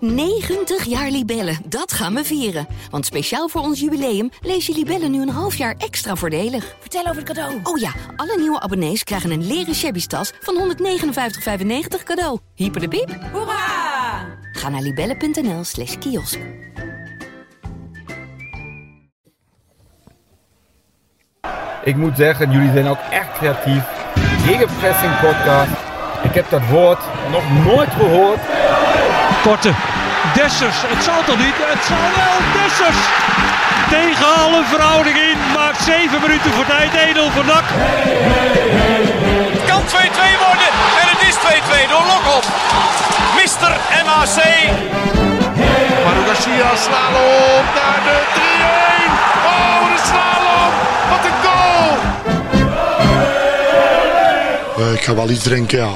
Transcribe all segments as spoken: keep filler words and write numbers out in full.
negentig jaar Libellen, dat gaan we vieren. Want speciaal voor ons jubileum lees je Libellen nu een half jaar extra voordelig. Vertel over het cadeau. Oh ja, alle nieuwe abonnees krijgen een leren shabby tas van honderdnegenenvijftig vijfennegentig cadeau. Hyper de piep. Hoera! Ga naar libellen.nl slash kiosk. Ik moet zeggen, jullie zijn ook echt creatief. Gegenpressing podcast. Ik heb dat woord nog nooit gehoord. Korte. Dessers. Het zal toch niet? Het zal wel. Dessers. Tegen alle verhouding in. Maakt zeven minuten voor tijd. één nul voor N A C. Het kan twee-twee worden. En het is twee-twee door Lokop. mister M A C. Manu Garcia slalom naar de drie-een. Oh, de slalom. Wat een goal. Uh, ik ga wel iets drinken, ja.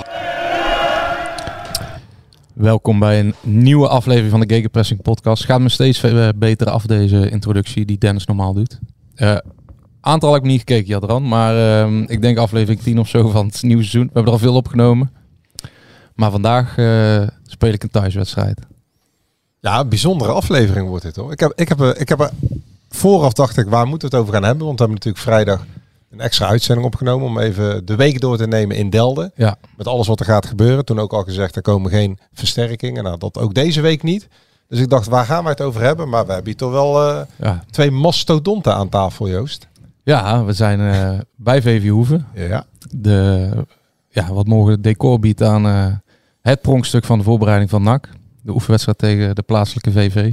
Welkom bij een nieuwe aflevering van de Gegenpressing podcast. Gaat me steeds beter af, deze introductie die Dennis normaal doet. Uh, aantal heb ik niet gekeken, Jadran. Maar uh, ik denk aflevering tien of zo van het nieuwe seizoen. We hebben er al veel opgenomen. Maar vandaag uh, speel ik een thuiswedstrijd. Ja, een bijzondere aflevering wordt dit hoor. Ik heb, ik heb, ik heb er vooraf dacht ik, waar moeten we het over gaan hebben? Want we hebben natuurlijk vrijdag een extra uitzending opgenomen om even de week door te nemen in Delden. Ja. Met alles wat er gaat gebeuren. Toen ook al gezegd, er komen geen versterkingen. Nou, dat ook deze week niet. Dus ik dacht, waar gaan we het over hebben? Maar we hebben hier toch wel uh, ja. twee mastodonten aan tafel, Joost. Ja, we zijn uh, bij V V Hoeven. Ja. De, ja, wat mogen het decor biedt aan uh, het pronkstuk van de voorbereiding van N A C. De oefenwedstrijd tegen de plaatselijke V V.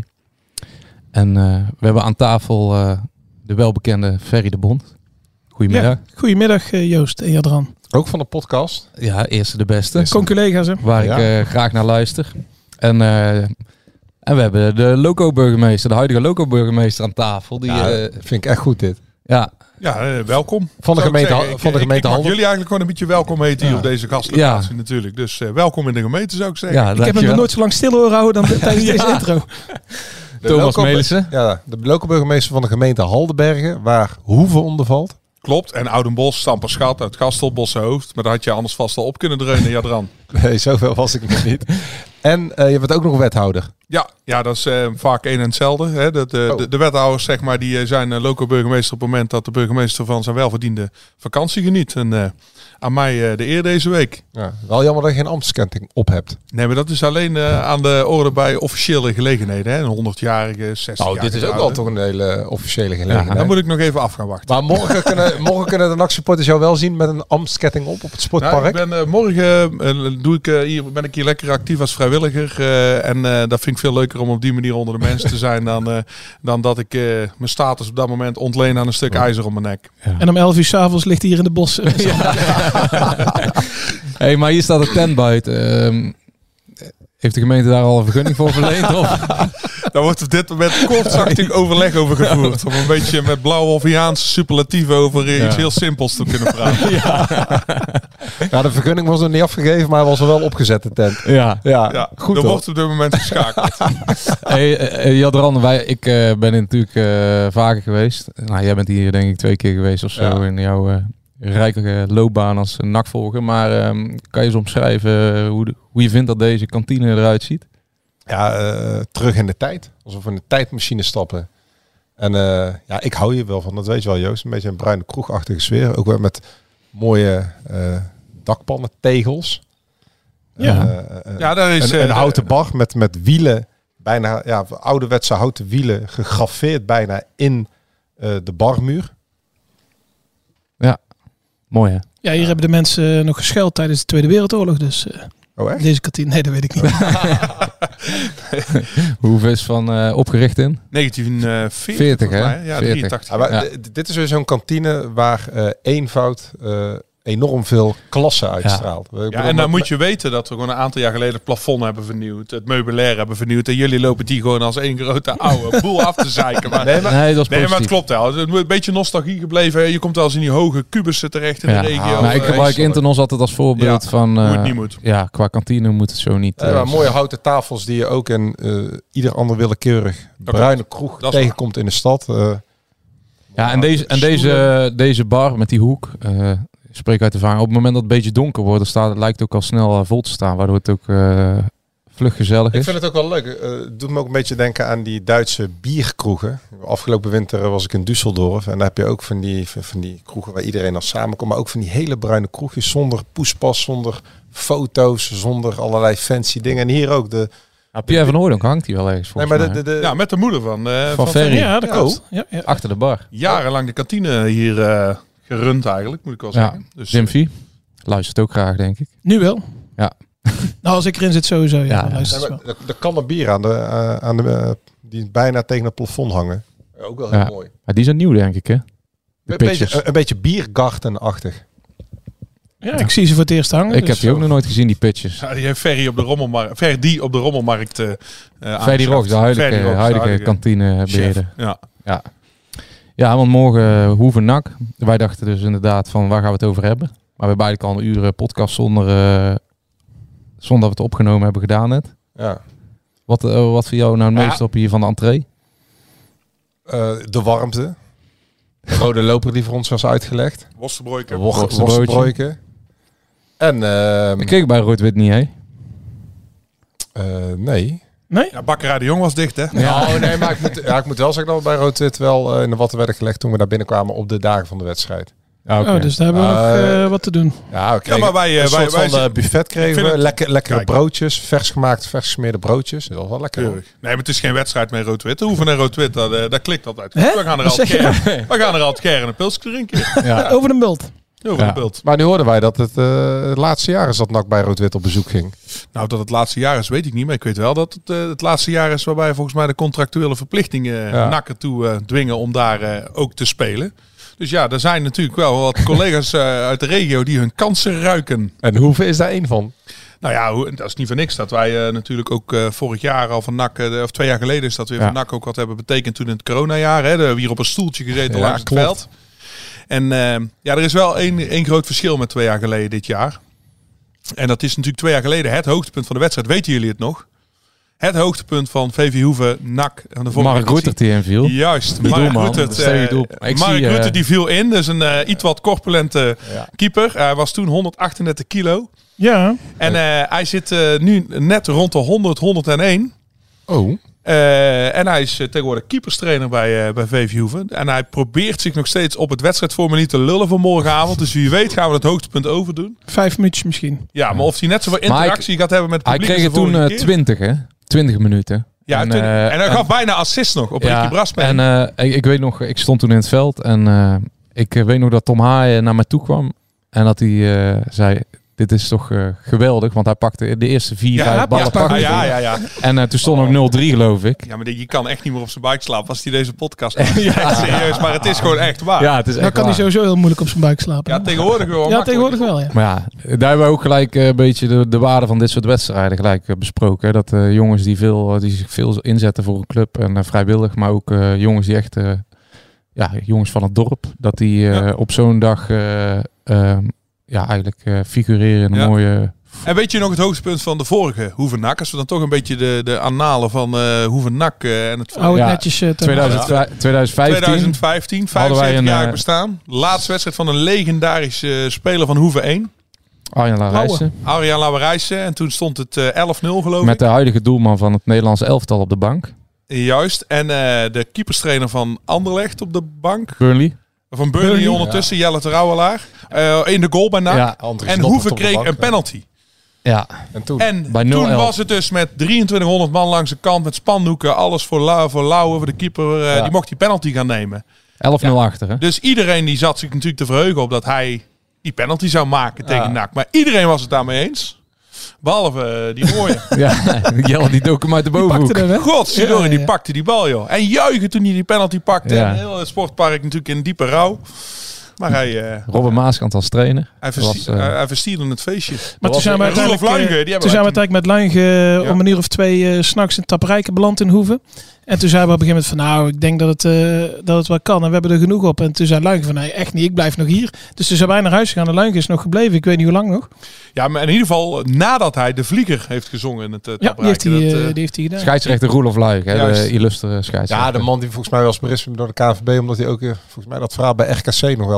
En uh, we hebben aan tafel uh, de welbekende Ferry de Bond. Goedemiddag. Ja, goedemiddag Joost en Jadran. Ook van de podcast. Ja, eerste de beste. Con-collega's hè. Waar ja. ik uh, graag naar luister. En, uh, en we hebben de loco-burgemeester, de huidige loco-burgemeester aan tafel. Die ja, uh, vind ik echt goed dit. Ja. Ja, uh, welkom. Van de gemeente zeggen, van de ik, gemeente ik, ik mag jullie eigenlijk gewoon een beetje welkom heten hier ja. op deze gastlocatie ja. natuurlijk. Dus uh, welkom in de gemeente zou ik zeggen. Ja, ik heb hem nog nooit zo lang stil horen houden dan tijdens ja. deze intro. De Thomas Melissen. Ja, de loco-burgemeester van de gemeente Haldenbergen, waar Hoeven onder valt. Klopt, en Oudenbosch, Stamperschat uit Gastel, Bossenhoofd. Maar daar had je anders vast al op kunnen dreunen, Jadran. Nee, zoveel was ik nog niet. En uh, je bent ook nog wethouder. Ja, ja dat is uh, vaak één en hetzelfde. Hè. De, de, oh. de, de wethouders zeg maar, die zijn uh, loco-burgemeester op het moment dat de burgemeester van zijn welverdiende vakantie geniet. En uh, aan mij uh, de eer deze week. Ja, wel jammer dat je geen ambtskenting op hebt. Nee, maar dat is alleen uh, aan de orde bij officiële gelegenheden. Hè. Een honderdjarige, zestigjarige. Nou, dit is ook al toch een hele officiële gelegenheid. Ja, dan moet ik nog even af gaan wachten. Maar morgen kunnen, morgen kunnen de N A C-supporters jou wel zien met een ambtsketting op op het sportpark. Nou, ik ben, uh, morgen uh, doe ik, uh, hier, ben ik hier lekker actief als vrijwilliger. Uh, en uh, dat vind ik veel leuker om op die manier onder de mensen te zijn dan, uh, dan dat ik uh, mijn status op dat moment ontleen aan een stuk ja. ijzer om mijn nek. Ja. En om elf uur 's avonds ligt hij hier in de bos. Ja. Hey, maar hier staat een tent buiten. Um, heeft de gemeente daar al een vergunning voor verleend? Of? Daar wordt op dit moment kortzachtig overleg over gevoerd. Om een beetje met blauw-Olviaanse superlatieven over ja. iets heel simpels te kunnen praten. Ja. Ja, de vergunning was nog niet afgegeven, maar hij was er wel opgezet, de tent. Ja, ja. ja goed. Er wordt op dit moment geschakeld. Hey, uh, Jadran, wij, ik uh, ben natuurlijk uh, vaker geweest. Nou, jij bent hier denk ik twee keer geweest of zo ja. in jouw uh, rijke loopbaan als N A C-volger. Maar um, kan je eens omschrijven hoe, de, hoe je vindt dat deze kantine eruit ziet? Ja, uh, terug in de tijd. Alsof we in de tijdmachine stappen. En uh, ja, ik hou hier wel van. Dat weet je wel, Joost. Een beetje een bruine kroegachtige sfeer. Ook wel met mooie uh, dakpannen, tegels. Ja, uh, ja daar is een, een houten bar met, met wielen. Bijna, ja, ouderwetse houten wielen. Gegraveerd bijna in uh, de barmuur. Ja, mooi hè? Ja, hier hebben de mensen nog geschuild tijdens de Tweede Wereldoorlog. Dus uh, oh, echt? Deze kantine, nee, dat weet ik niet. Hoeveel is van uh, opgericht in? negentien veertig, veertig hè? Ja, drieëntachtig. Ja, maar ja. D- dit is weer zo'n kantine waar uh, eenvoud uh, enorm veel klasse uitstraalt. Ja, ja en dan moet je weten dat we gewoon een aantal jaar geleden het plafond hebben vernieuwd, het meubilair hebben vernieuwd en jullie lopen die gewoon als één grote oude boel af te zeiken. Maar, nee, maar, nee, dat is nee, maar het klopt wel. Het is een beetje nostalgie gebleven. Je komt wel eens in die hoge kubussen terecht in ja. de regio. Ah, maar ik gebruik Internos altijd als voorbeeld ja, van... Uh, hoe het niet moet. Ja, qua kantine moet het zo niet. Uh, ja, mooie houten tafels die je ook in uh, ieder ander willekeurig bruine kroeg dat tegenkomt in de stad. Uh, ja, en deze, en deze, deze bar met die hoek... Uh, spreek uit ervaring. Op het moment dat het een beetje donker wordt, staat, het lijkt ook al snel uh, vol te staan, waardoor het ook uh, vlug gezellig is. Ik vind het ook wel leuk. Uh, het doet me ook een beetje denken aan die Duitse bierkroegen. Afgelopen winter was ik in Düsseldorf. En daar heb je ook van die, van die kroegen waar iedereen dan samenkomt. Maar ook van die hele bruine kroegjes zonder poespas, zonder foto's, zonder allerlei fancy dingen. En hier ook de... Ja, Pierre van Hooydonk hangt hier wel ergens nee, maar de, de, de, Ja, met de moeder van... Uh, van, van Ferry. Ja, dat klopt. Oh. Ja, ja. Achter de bar. Jarenlang de kantine hier uh, gerund eigenlijk, moet ik wel zeggen. Ja. Dus, Jimfy luistert ook graag, denk ik. Nu wel. Ja. Nou, als ik erin zit sowieso. Ja, ja. ja de, de kannen bier aan de, uh, aan de uh, die bijna tegen het plafond hangen. Ook wel heel ja. mooi. Maar die zijn nieuw, denk ik, hè? De een, beetje, een, een beetje biergarten-achtig. Ja, ik zie ze voor het eerst hangen. Ik dus heb die ook nog nooit gezien, die pitches. Ja, die heeft Ferry op de rommelmarkt, Ferry die op de rommelmarkt. Uh, Ferry Rox, de huidige, Rox, huidige, huidige kantinebeheerder. Ja. ja. Ja, want morgen Hoeven N A C. Wij dachten dus inderdaad van waar gaan we het over hebben. Maar we hebben eigenlijk al een uur podcast zonder, uh, zonder dat we het opgenomen hebben gedaan net. Ja. Wat, uh, wat voor jou nou het meest ja. op hier van de entree? Uh, de warmte. De rode loper die voor ons was uitgelegd. Worstenbroeken. Worstenbroeken. En uh, ik kreeg bij Rood-Wit niet, hè? Uh, nee. Nee? Ja, Bakkerij de Jong was dicht, hè? Ja, oh, nee, maar ik moet, ja, ik moet wel zeggen dat we bij Rood-Wit wel uh, in de watten werden gelegd toen we daar binnenkwamen op de dagen van de wedstrijd. Ja, okay. Oh, dus daar hebben we uh, nog uh, wat te doen. Ja, we kregen ja, maar wij, uh, een wij, soort wij, van wij, buffet kregen we. Het, lekker, lekkere Kijk. broodjes, vers gemaakt, vers gesmeerde broodjes. Dat was wel lekker. Nee, maar het is geen wedstrijd met Rood-Wit. Hoeven en Rood-Wit, dat, uh, dat klikt altijd. Hè? We gaan er altijd keren. We gaan er altijd keren een pilsje drinken. Ja. Over de bult. Over ja. de bult. Maar nu hoorden wij dat het uh, het laatste jaar is dat N A C bij Rood-Wit op bezoek ging. Nou, dat het laatste jaar is, weet ik niet. Maar ik weet wel dat het uh, het laatste jaar is waarbij volgens mij de contractuele verplichtingen ja. N A C ertoe uh, dwingen om daar uh, ook te spelen. Dus ja, er zijn natuurlijk wel wat collega's uh, uit de regio die hun kansen ruiken. En hoeveel is daar één van? Nou ja, dat is niet voor niks dat wij uh, natuurlijk ook uh, vorig jaar al van N A C, uh, of twee jaar geleden is dat we ja. van N A C ook wat hebben betekend toen in het coronajaar. Hè, de, hier op een stoeltje gezeten ja, langs het klopt. veld. En uh, ja, er is wel één, één groot verschil met twee jaar geleden dit jaar. En dat is natuurlijk twee jaar geleden het hoogtepunt van de wedstrijd. Weten jullie het nog? Het hoogtepunt van V V Hoeven, N A C. Mark Rutte die inviel. Juist. Mark Rutte uh, Mark uh, Rutte die viel in. Dus een uh, iets wat corpulente ja. keeper. Hij uh, was toen honderdachtendertig kilo. Ja. En uh, hij zit uh, nu net rond de honderd, honderdéén. Oh. Uh, en hij is uh, tegenwoordig keeperstrainer bij, uh, bij V V Hoeven. En hij probeert zich nog steeds op het wedstrijdformulier te lullen van morgenavond. Dus wie weet gaan we het hoogtepunt overdoen. Vijf minuutjes misschien. Ja, maar of hij net zoveel interactie ik, gaat hebben met het publiek. Hij kreeg het toen uh, twintig, hè? twintig minuten. Ja, en, uh, en hij gaf bijna assist nog op ja, Ricky Braspen. En uh, ik, ik weet nog, ik stond toen in het veld en uh, ik weet nog dat Tom Haaien naar mij toe kwam en dat hij uh, zei, dit is toch uh, geweldig, want hij pakte de eerste vier, ja, vijf ballen. Ja, ja, ja, ja. En uh, toen stond oh. ook nul drie, geloof ik. Ja, maar je kan echt niet meer op zijn buik slapen als hij deze podcast maakt. Ja, serieus, maar het is gewoon echt waar. Ja, het is echt Dan kan waar. hij sowieso heel moeilijk op zijn buik slapen. Ja, tegenwoordig wel. Ja, tegenwoordig wel, ja. Maar ja, daar hebben we ook gelijk uh, een beetje de, de waarde van dit soort wedstrijden gelijk uh, besproken. Hè? Dat uh, jongens die, veel, uh, die zich veel inzetten voor een club en uh, vrijwillig, maar ook uh, jongens die echt, uh, ja, jongens van het dorp, dat die uh, ja. op zo'n dag uh, uh, ja, eigenlijk uh, figureren in een ja. mooie... En weet je nog het hoogtepunt van de vorige Hoeven N A C? Als we dan toch een beetje de, de annalen van uh, Hoeven N A C uh, en het... Oh, ja, netjes uh, twintig vijftien. twintig vijftien, vijfenzeventig jaar bestaan. Laatste wedstrijd van een legendarische speler van Hoeven één. Arjan Larijssen. Arjan Larijssen. En toen stond het uh, elf nul geloof ik. Met de huidige doelman van het Nederlandse elftal op de bank. Juist. En uh, de keeperstrainer van Anderlecht op de bank. Burnley. Van Burnley, Burnley ondertussen, ja. Jelle Terouwelaar. Uh, in de goal bij N A C. Ja, en Hoeven kreeg bank, een penalty. Ja. En toen, en toen was het dus met drieëntwintighonderd man langs de kant met spandoeken, alles voor, Lau, voor Lauwe, voor de keeper. Uh, ja. Die mocht die penalty gaan nemen. elf nul ja. achter, hè? Dus iedereen die zat zich natuurlijk te verheugen op dat hij die penalty zou maken tegen ja. N A C. Maar iedereen was het daarmee eens. Behalve uh, die mooie. Ja, Jelle die dook hem uit de bovenhoek. Godzijdank, ja, ja. die pakte die bal, joh. En juichen toen hij die penalty pakte. Ja. En heel het sportpark natuurlijk in diepe rouw. Maar hij... Uh, Robin Maaskant als trainer. Hij, versti- was, uh, hij verstierde het feestje. Maar toen zijn we uiteindelijk, Luinge, die toen zijn we uiteindelijk met Luinge ja. om een uur of twee uh, 's nachts in Taprijken beland in Hoeven. En toen zeiden we op een gegeven moment van nou, ik denk dat het, uh, dat het wel kan. En we hebben er genoeg op. En toen zei Luinge van nee, echt niet, ik blijf nog hier. Dus toen zijn wij naar huis gegaan. En Luinge is nog gebleven. Ik weet niet hoe lang nog. Ja, maar in ieder geval nadat hij de Vlieger heeft gezongen in het uh, ja, die heeft hij, dat, uh, die heeft hij gedaan. Scheidsrechter Roelof Luinge, hè, de illustere scheidsrechter. Ja, de man die volgens mij was berispt door de K N V B. Omdat hij ook uh, volgens mij dat verhaal bij R K C nog wel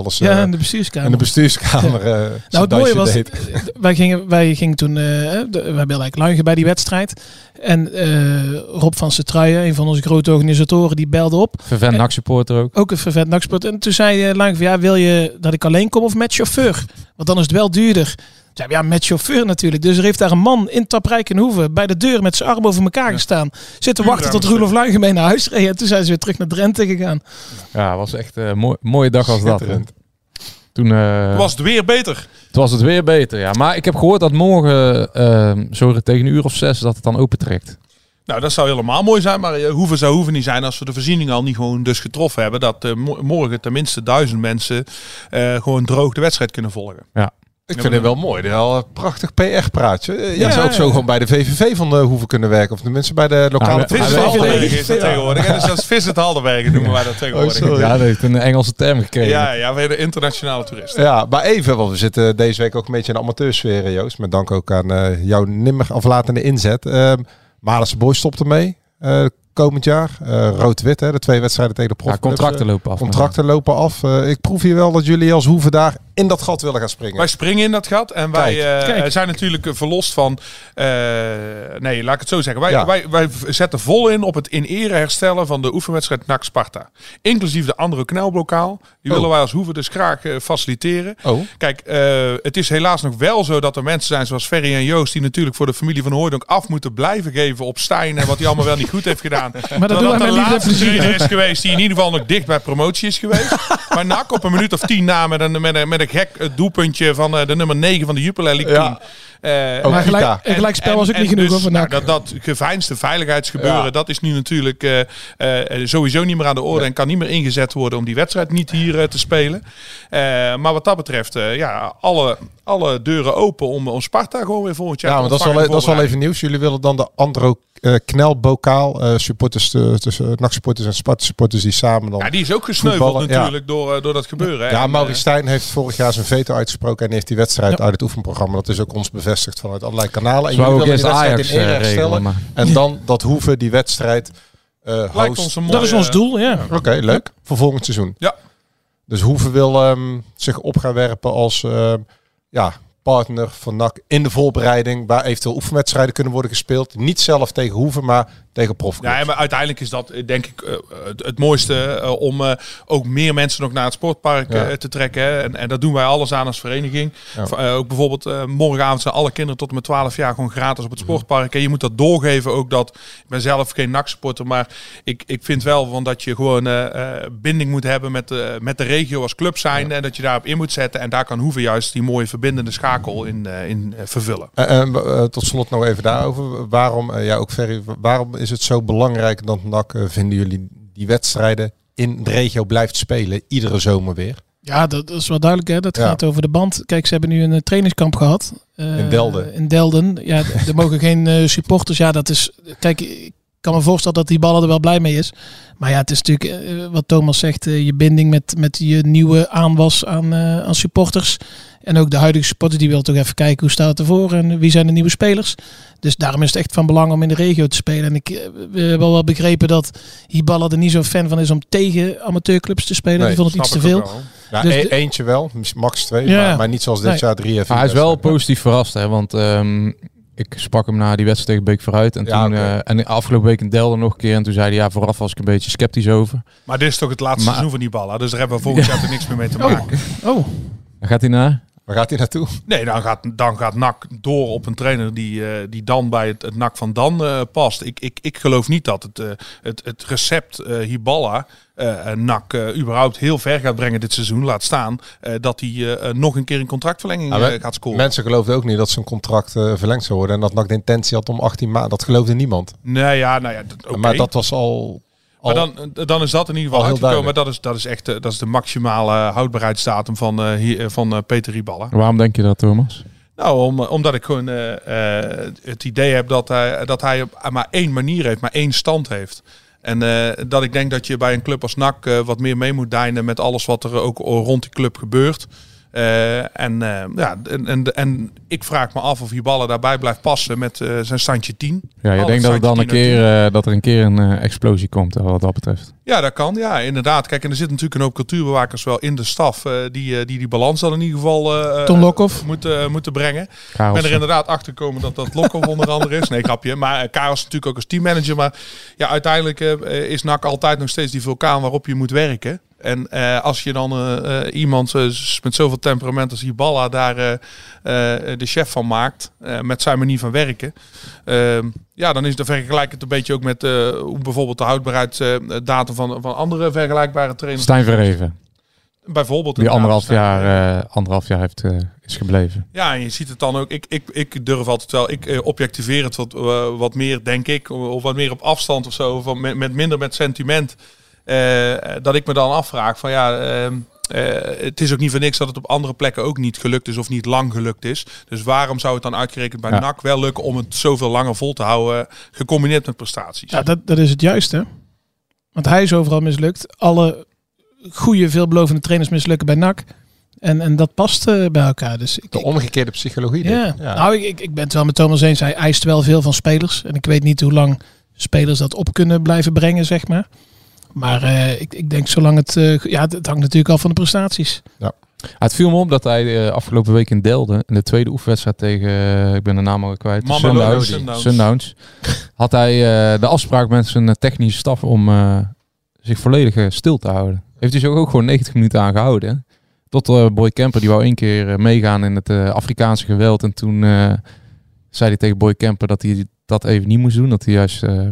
eens ja, uh, in de bestuurskamer. In de bestuurskamer. Ja. Uh, nou, het mooie was, wij gingen, wij gingen toen, uh, de, we hebben eigenlijk Luingen bij die wedstrijd. En uh, Rob van Setruijen, een van onze grote organisatoren, die belde op. Vervent N A C-supporter ook. Ook een vervent N A C-supporter. En toen zei uh, Luingen van, ja, wil je dat ik alleen kom of met chauffeur? Want dan is het wel duurder. Ja, ja, met chauffeur natuurlijk. Dus er heeft daar een man in Taprijkenhoeve bij de deur met zijn arm over elkaar gestaan. Zitten wachten tot Roelof Luingen mee naar huis reed. En toen zijn ze weer terug naar Drenthe gegaan. Ja, het was echt een mooi, mooie dag als dat. Toen uh, was het weer beter. Toen was het weer beter, ja. Maar ik heb gehoord dat morgen, uh, zo tegen een uur of zes, dat het dan opentrekt. Nou, dat zou helemaal mooi zijn, maar uh, hoeven zou hoeven niet zijn als we de voorziening al niet gewoon dus getroffen hebben. Dat uh, morgen tenminste duizend mensen uh, gewoon droog de wedstrijd kunnen volgen. Ja. Ik vind het wel mooi. Wel een prachtig P R-praatje. Ja, ja, zou ook ja. zo gewoon bij de V V V van de Hoeven kunnen werken. Of tenminste bij de lokale... Ja, Vincent Haldenberg is dat tegenwoordig. Dus dat is Vincent Haldenberg noemen wij dat tegenwoordig. Oh, ja, dat heeft een Engelse term gekregen. Ja, ja, wij de internationale toeristen. Ja, maar even, want we zitten deze week ook een beetje in de amateursfeer, Joost. Met dank ook aan uh, jouw nimmer aflatende inzet. Uh, Malense Boys stopt ermee. Uh, komend jaar. Uh, Rood-wit, hè, de twee wedstrijden tegen de prof. Ja, contracten lopen af. Contracten lopen af. Uh, ik proef hier wel dat jullie als Hoeven daar in dat gat willen gaan springen. Wij springen in dat gat en wij uh, zijn natuurlijk verlost van... Uh, nee, laat ik het zo zeggen. Wij, ja. wij, wij zetten vol in op het in ere herstellen van de oefenwedstrijd N A C Sparta. Inclusief de andere knelbokaal. Die oh. willen wij als Hoeven dus graag uh, faciliteren. Oh. Kijk, uh, het is helaas nog wel zo dat er mensen zijn zoals Ferry en Joost... die natuurlijk voor de familie van Hooijdonk af moeten blijven geven op Stijn... en wat hij allemaal wel niet goed heeft gedaan. Maar dat doen wij met liefde plezier. Is geweest die in ieder geval nog dicht bij promotie is geweest. Maar N A C op een minuut of tien na met een, met een, met een gek doelpuntje van uh, de nummer negen van de Jupiler League team. Ja. Uh, maar gelijk, en, gelijk spel was ook en, niet genoeg. Dus, nou, dat, dat geveinsde veiligheidsgebeuren, ja. dat is nu natuurlijk uh, uh, sowieso niet meer aan de orde. Ja. En kan niet meer ingezet worden om die wedstrijd niet hier uh, te spelen. Uh, maar wat dat betreft, uh, ja, alle, alle deuren open om, om Sparta gewoon weer volgend jaar ja, te ontvangen. Ja, maar dat is, wel, dat is wel even nieuws. Jullie willen dan de Andro uh, knelbokaal, uh, supporters tussen uh, N A C-supporters en Sparta-supporters die samen dan... Ja, die is ook gesneuveld natuurlijk ja. door, uh, door dat gebeuren. Ja, Maurice Stijn heeft vorig jaar zijn veto uitgesproken en heeft die wedstrijd ja. uit het oefenprogramma. Dat is ook ons bevestigd vanuit allerlei kanalen. En jullie willen die wedstrijd Ajax in ere herstellen. Maar... En dan dat Hoeven die wedstrijd uh, host. Mooie, dat is ons doel, ja. Oké, okay, leuk. Voor volgend seizoen. Ja. Dus Hoeven wil um, zich op gaan werpen als uh, ja, partner van N A C in de voorbereiding, waar eventueel oefenwedstrijden kunnen worden gespeeld. Niet zelf tegen Hoeven, maar tegen profclubs. Ja, maar uiteindelijk is dat denk ik uh, het mooiste uh, om uh, ook meer mensen nog naar het sportpark ja. uh, te trekken. Hè. En, en dat doen wij alles aan als vereniging. Ja. Uh, ook bijvoorbeeld uh, morgenavond zijn alle kinderen tot en met twaalf jaar gewoon gratis op het sportpark. Mm-hmm. En je moet dat doorgeven ook dat, ik ben zelf geen N A C-supporter, maar ik, ik vind wel van dat je gewoon uh, uh, binding moet hebben met, uh, met de regio als club zijn. Ja. En dat je daarop in moet zetten. En daar kan Hoeven juist die mooie verbindende schakel in, uh, in uh, vervullen. Uh, uh, uh, tot slot nog even daarover. Waarom, uh, ja ook Ferry, waarom is het zo belangrijk dat N A C, uh, vinden jullie, die wedstrijden in de regio blijft spelen, iedere zomer weer? Ja, dat, dat is wel duidelijk. Hè? Dat ja. gaat over de band. Kijk, ze hebben nu een uh, trainingskamp gehad. Uh, in Delden. In Delden. Ja, d- er mogen geen uh, supporters. Ja, dat is... Kijk, ik kan me voorstellen dat die ballen er wel blij mee is. Maar ja, het is natuurlijk, uh, wat Thomas zegt, uh, je binding met, met je nieuwe aanwas aan, uh, aan supporters. En ook de huidige supporters, die wil toch even kijken hoe staat het ervoor en wie zijn de nieuwe spelers. Dus daarom is het echt van belang om in de regio te spelen. En ik uh, we hebben wel begrepen dat Hiballa er niet zo'n fan van is om tegen amateurclubs te spelen. Nee, die vond het iets te veel. Ja, dus e- eentje wel, max twee, ja. maar, maar niet zoals dit nee. jaar drie. Hij is wel positief verrast, hè, want um, ik sprak hem na die wedstrijd tegen Beek vooruit. En, ja, toen, okay. uh, en de afgelopen week in Delden nog een keer. En toen zei hij, ja, vooraf was ik een beetje sceptisch over. Maar dit is toch het laatste maar, seizoen van Hiballa. Dus daar hebben we volgend jaar er niks meer mee te maken. Oh, oh. Waar gaat hij naar? Waar gaat hij naartoe? Nee, dan gaat, dan gaat N A C door op een trainer die, uh, die dan bij het, het N A C van Dan uh, past. Ik, ik, ik geloof niet dat het, uh, het, het recept uh, Hiballa uh, N A C uh, überhaupt heel ver gaat brengen dit seizoen. Laat staan uh, dat hij uh, nog een keer een contractverlenging uh, gaat scoren. Mensen geloofden ook niet dat zijn contract uh, verlengd zou worden. En dat N A C de intentie had om achttien maanden. Dat geloofde niemand. Nee, ja, nou ja, d- okay. Maar dat was al... Maar dan, dan is dat in ieder geval uitgekomen. Maar dat is, dat is echt dat is de maximale houdbaarheidsdatum van, uh, hier, van uh, Peter Hiballa. Waarom denk je dat, Thomas? Nou, om, omdat ik gewoon uh, uh, het idee heb dat hij, dat hij maar één manier heeft, maar één stand heeft. En uh, dat ik denk dat je bij een club als N A C uh, wat meer mee moet deinen met alles wat er ook rond die club gebeurt. Uh, en, uh, ja, en, en, en ik vraag me af of Hiballa daarbij blijft passen met uh, zijn standje tien. Ja, je denkt dat, het dan een keer, uh, dat er een keer een uh, explosie komt, uh, wat dat betreft. Ja, dat kan. Ja, inderdaad. Kijk, en er zitten natuurlijk een hoop cultuurbewakers wel in de staf uh, die, uh, die die balans dan in ieder geval uh, Ton Lokhoff moeten, uh, moeten brengen. Ik ben er inderdaad achter gekomen dat dat Lokhoff onder andere is. Nee, grapje. Maar uh, Karels natuurlijk ook als teammanager. Maar ja, uiteindelijk uh, is N A C altijd nog steeds die vulkaan waarop je moet werken. En uh, als je dan uh, uh, iemand uh, met zoveel temperament als Hiballa daar uh, uh, de chef van maakt, uh, met zijn manier van werken, uh, ja, dan is de vergelijk het een beetje ook met uh, hoe bijvoorbeeld de houdbaarheidsdatum van, van andere vergelijkbare trainers. Stijn Verheven. Bijvoorbeeld. Die anderhalf jaar, uh, anderhalf jaar heeft, uh, is gebleven. Ja, en je ziet het dan ook. Ik, ik, ik durf altijd wel, ik uh, objectiveer het wat, uh, wat meer, denk ik, of wat meer op afstand of zo, of met, met minder met sentiment. Uh, dat ik me dan afvraag van ja, uh, uh, het is ook niet voor niks dat het op andere plekken ook niet gelukt is of niet lang gelukt is. Dus waarom zou het dan uitgerekend bij ja. N A C wel lukken om het zoveel langer vol te houden, gecombineerd met prestaties? Ja, dat, dat is het juiste. Want hij is overal mislukt. Alle goede, veelbelovende trainers mislukken bij N A C. En, en dat past uh, bij elkaar. Dus ik, de omgekeerde psychologie. Ja. ja. Nou, ik, ik ben het wel met Thomas eens. Hij eist wel veel van spelers. En ik weet niet hoe lang spelers dat op kunnen blijven brengen, zeg maar. Maar uh, ik, ik denk zolang het... Uh, ja, het hangt natuurlijk af van de prestaties. Ja. Het viel me op dat hij uh, afgelopen week in Delden, in de tweede oefenwedstrijd tegen, uh, ik ben de naam al kwijt, Sundowns, Sundowns. Sundowns, had hij uh, de afspraak met zijn technische staf om uh, zich volledig uh, stil te houden. Heeft hij zich ook gewoon negentig minuten aangehouden. Hè? Tot uh, Boy Kemper, die wou één keer uh, meegaan in het uh, Afrikaanse geweld. En toen uh, zei hij tegen Boy Kemper dat hij dat even niet moest doen. Dat hij juist... Uh,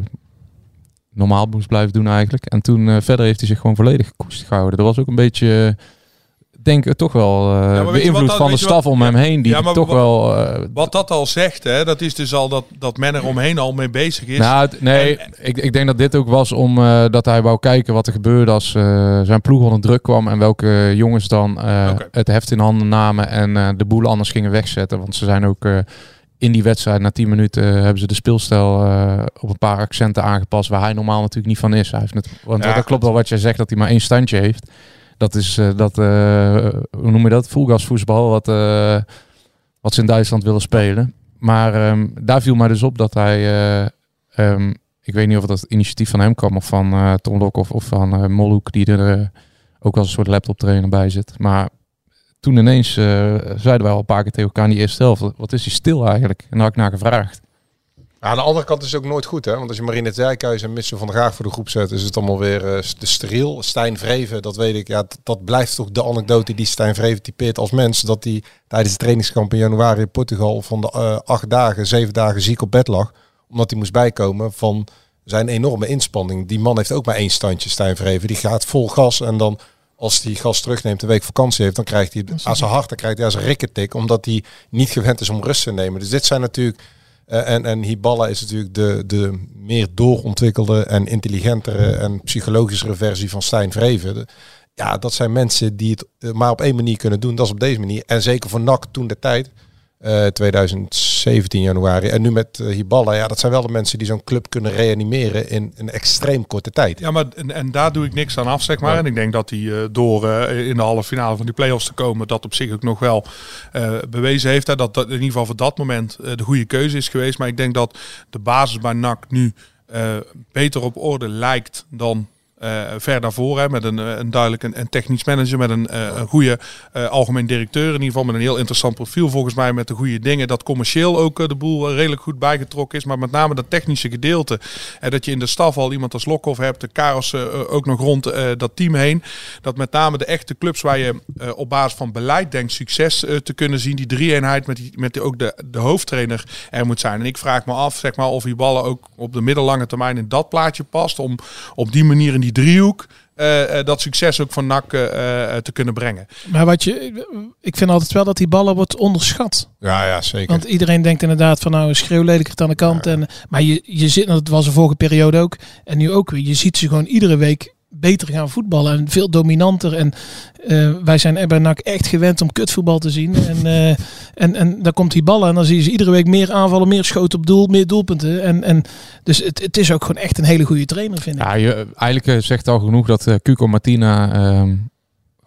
normaal moest blijven doen eigenlijk. En toen uh, verder heeft hij zich gewoon volledig gekoesterd gehouden. Er was ook een beetje, uh, denk ik, toch wel uh, ja, de invloed dat, van de staf wat, om ja, hem heen. Die, ja, die toch wat, wel... Uh, wat dat al zegt, hè, dat is dus al dat, dat men er omheen al mee bezig is. Nou, het, nee, en, ik, ik denk dat dit ook was om uh, dat hij wou kijken wat er gebeurde als uh, zijn ploeg onder druk kwam. En welke jongens dan uh, okay. het heft in handen namen en uh, de boel anders gingen wegzetten. Want ze zijn ook... Uh, in die wedstrijd, na tien minuten, uh, hebben ze de speelstijl uh, op een paar accenten aangepast waar hij normaal natuurlijk niet van is. Hij heeft het, want ja, dat klopt wel wat jij zegt, dat hij maar één standje heeft. Dat is uh, dat, uh, hoe noem je dat? Voelgasvoetbal, wat, uh, wat ze in Duitsland willen spelen. Maar um, daar viel mij dus op dat hij, uh, um, ik weet niet of dat initiatief van hem kwam of van uh, Ton Lokhoff of van uh, Molhoek, die er uh, ook als een soort laptop trainer bij zit. Maar toen ineens uh, zeiden wij al een paar keer tegen elkaar in die eerste helft, wat is hij stil eigenlijk? En daar had ik naar gevraagd. Ja, aan de andere kant is het ook nooit goed, hè? Want als je Marine het Dijkhuis en Mitchell van der Graag voor de groep zet, is het allemaal weer uh, de steriel. Stijn Vreven, dat weet ik, ja, dat, dat blijft toch de anekdote die Stijn Vreven typeert als mens. Dat hij tijdens de trainingskamp in januari in Portugal van de uh, acht dagen, zeven dagen ziek op bed lag. Omdat hij moest bijkomen van zijn enorme inspanning. Die man heeft ook maar één standje, Stijn Vreven. Die gaat vol gas en dan... Als hij gas terugneemt, een week vakantie heeft, dan krijgt hij aan zijn hart, dan krijgt hij als een rikketik, omdat hij niet gewend is om rust te nemen. Dus dit zijn natuurlijk, uh, en, en Hiballa is natuurlijk de, de meer doorontwikkelde en intelligentere en psychologischere versie van Stijn Vreven. De, ja, dat zijn mensen die het uh, maar op één manier kunnen doen, dat is op deze manier. En zeker voor N A C toen de tijd, uh, twintig zeventien januari, en nu met uh, Hiballa, ja, dat zijn wel de mensen die zo'n club kunnen reanimeren in een extreem korte tijd. Ja, maar en, en daar doe ik niks aan af, zeg maar. Ja. En ik denk dat hij uh, door uh, in de halve finale van die play-offs te komen, dat op zich ook nog wel uh, bewezen heeft. Hè, dat dat in ieder geval voor dat moment uh, de goede keuze is geweest. Maar ik denk dat de basis bij N A C nu uh, beter op orde lijkt dan Uh, ver daarvoor, hè, met een, een duidelijk een, een technisch manager, met een, uh, een goede uh, algemeen directeur, in ieder geval met een heel interessant profiel volgens mij, met de goede dingen, dat commercieel ook uh, de boel uh, redelijk goed bijgetrokken is, maar met name dat technische gedeelte, en dat je in de staf al iemand als Lokhoff hebt, de Karels uh, ook nog rond uh, dat team heen, dat met name de echte clubs waar je uh, op basis van beleid denkt succes uh, te kunnen zien, die drie-eenheid met, die, met die, ook de, de hoofdtrainer er moet zijn. En ik vraag me af, zeg maar, of die ballen ook op de middellange termijn in dat plaatje past, om op die manier in die driehoek uh, uh, dat succes ook van N A C uh, uh, te kunnen brengen. Maar wat je, ik vind altijd wel dat die ballen wordt onderschat. Ja, ja, zeker. Want iedereen denkt inderdaad van nou een schreeuwlelijkert aan de kant. Ja. En, maar je, je zit, dat was de vorige periode ook, en nu ook weer, je ziet ze gewoon iedere week beter gaan voetballen en veel dominanter. En uh, wij zijn er bij N A C echt gewend om kutvoetbal te zien. En, uh, en, en dan komt die ballen en dan zie je ze iedere week meer aanvallen, meer schoten op doel, meer doelpunten. En, en dus het, het is ook gewoon echt een hele goede trainer, vind ik. Ja, je, eigenlijk uh, zegt al genoeg dat uh, Cuco Martina uh,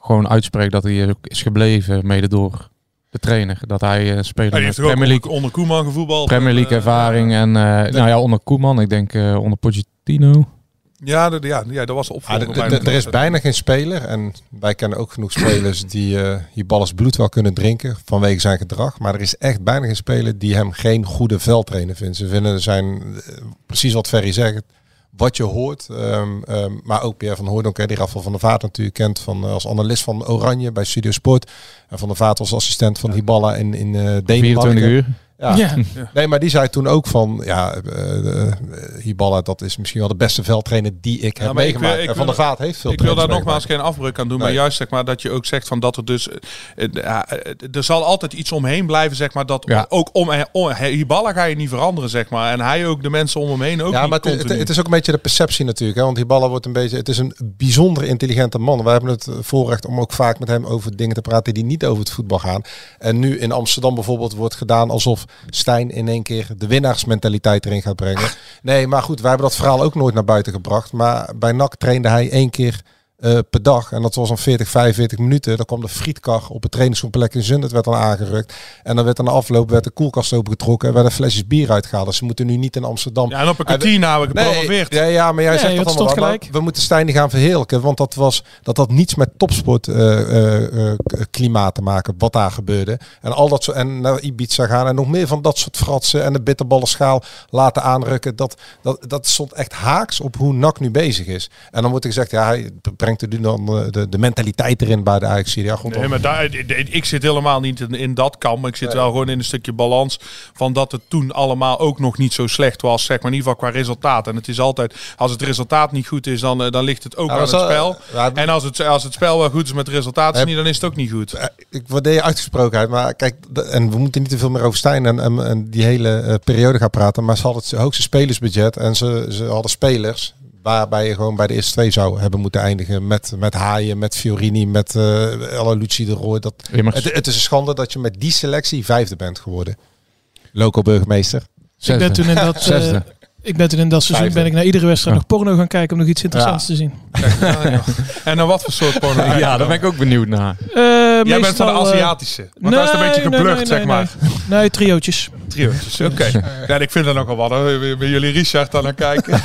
gewoon uitspreekt dat hij ook is gebleven, mede door de trainer. Dat hij uh, speler hij met heeft Premier League, onder Koeman gevoetbald. Premier League uh, ervaring en uh, nou ja, onder Koeman, ik denk uh, onder Pochettino. Ja, de, ja, ja, dat was de opvolger. Ah, de, de, de, er is bijna geen speler, en wij kennen ook genoeg spelers die uh, hier ballers bloed wel kunnen drinken vanwege zijn gedrag. Maar er is echt bijna geen speler die hem geen goede veldtrainer vindt. Ze vinden zijn, uh, precies wat Ferry zegt, wat je hoort. Um, um, maar ook Pierre van Hooijdonk, die Rafael van der Vaart natuurlijk kent van, uh, als analist van Oranje bij Studio Sport. En Van der Vaart als assistent van Hiballa in, in uh, Denemarken. vierentwintig uur. Ja. Ja. Nee, maar die zei toen ook van, ja, uh, uh, Hiballa, dat is misschien wel de beste veldtrainer die ik heb ja, meegemaakt. Ik wil, ik en Van der Vaart heeft veel. Ik wil daar nogmaals geen afbreuk aan doen, nee. maar juist zeg maar dat je ook zegt van dat er dus, uh, uh, er zal altijd iets omheen blijven, zeg maar, dat ja. ook om, om Hiballa ga je niet veranderen, zeg maar, en hij ook de mensen om hem heen ook. Ja, niet maar het, het, het is ook een beetje de perceptie natuurlijk, hè? Want Hiballa wordt een beetje, het is een bijzonder intelligente man. We hebben het voorrecht om ook vaak met hem over dingen te praten die niet over het voetbal gaan. En nu in Amsterdam bijvoorbeeld wordt gedaan alsof Stijn in één keer de winnaarsmentaliteit erin gaat brengen. Nee, maar goed, wij hebben dat verhaal ook nooit naar buiten gebracht. Maar bij N A C trainde hij één keer uh, per dag. En dat was om veertig, vijfenveertig minuten. Dan kwam de frietkar op het trainingscomplex in Zundert werd dan aangerukt. En dan werd aan de afloop werd de koelkast opengetrokken en werden flesjes bier uitgehaald. Dus ze moeten nu niet in Amsterdam. Ja, en op een kwartier nou gepromoveerd. Nee, ja, ja, maar jij nee, zegt dat allemaal gelijk. We moeten Stijn gaan verheerlijken, want dat was dat had niets met topsport uh, uh, uh, klimaat te maken wat daar gebeurde. En al dat soort en naar Ibiza gaan en nog meer van dat soort fratsen en de bitterballenschaal laten aanrukken. Dat dat dat stond echt haaks op hoe N A C nu bezig is. En dan wordt er gezegd, ja, hij brengt er nu dan de, de mentaliteit erin bij de Ajax. Ja, goed, nee, maar daar, ik zit helemaal niet in, in dat kamp. Ik zit nee. wel gewoon in een stukje balans van dat het toen allemaal ook nog niet zo slecht was, zeg maar in ieder geval qua resultaat. En het is altijd, als het resultaat niet goed is, dan, dan ligt het ook ja, aan het zal, spel. Ja, en als het, als het spel wel goed is met het resultaat is niet, dan is het ook niet goed. Ik waardeer je uitgesprokenheid, maar kijk, en we moeten niet te veel meer over Stijn en, en, en die hele uh, periode gaan praten, maar ze hadden het hoogste spelersbudget en ze, ze hadden spelers waarbij je gewoon bij de eerste twee zou hebben moeten eindigen met, met Haaien, met Fiorini, met uh, Ella Lucie de Rooij. Dat, het, het is een schande dat je met die selectie vijfde bent geworden. Local burgemeester. Ik ben toen in dat, uh, ik ben toen in dat seizoen ben ik naar iedere wedstrijd ja. nog porno gaan kijken om nog iets interessants ja. te zien. Ja, ja. En dan wat voor soort porno? Ja, daar ben ik ook benieuwd naar. Uh, Jij meestal, bent van de Aziatische. Want nee, dat is een beetje geblucht, nee, nee, zeg maar. Nee, nee. nee triootjes. Triootjes, oké. Okay. Ja, ik vind dat ook al wat. Bij jullie Richard dan naar kijken.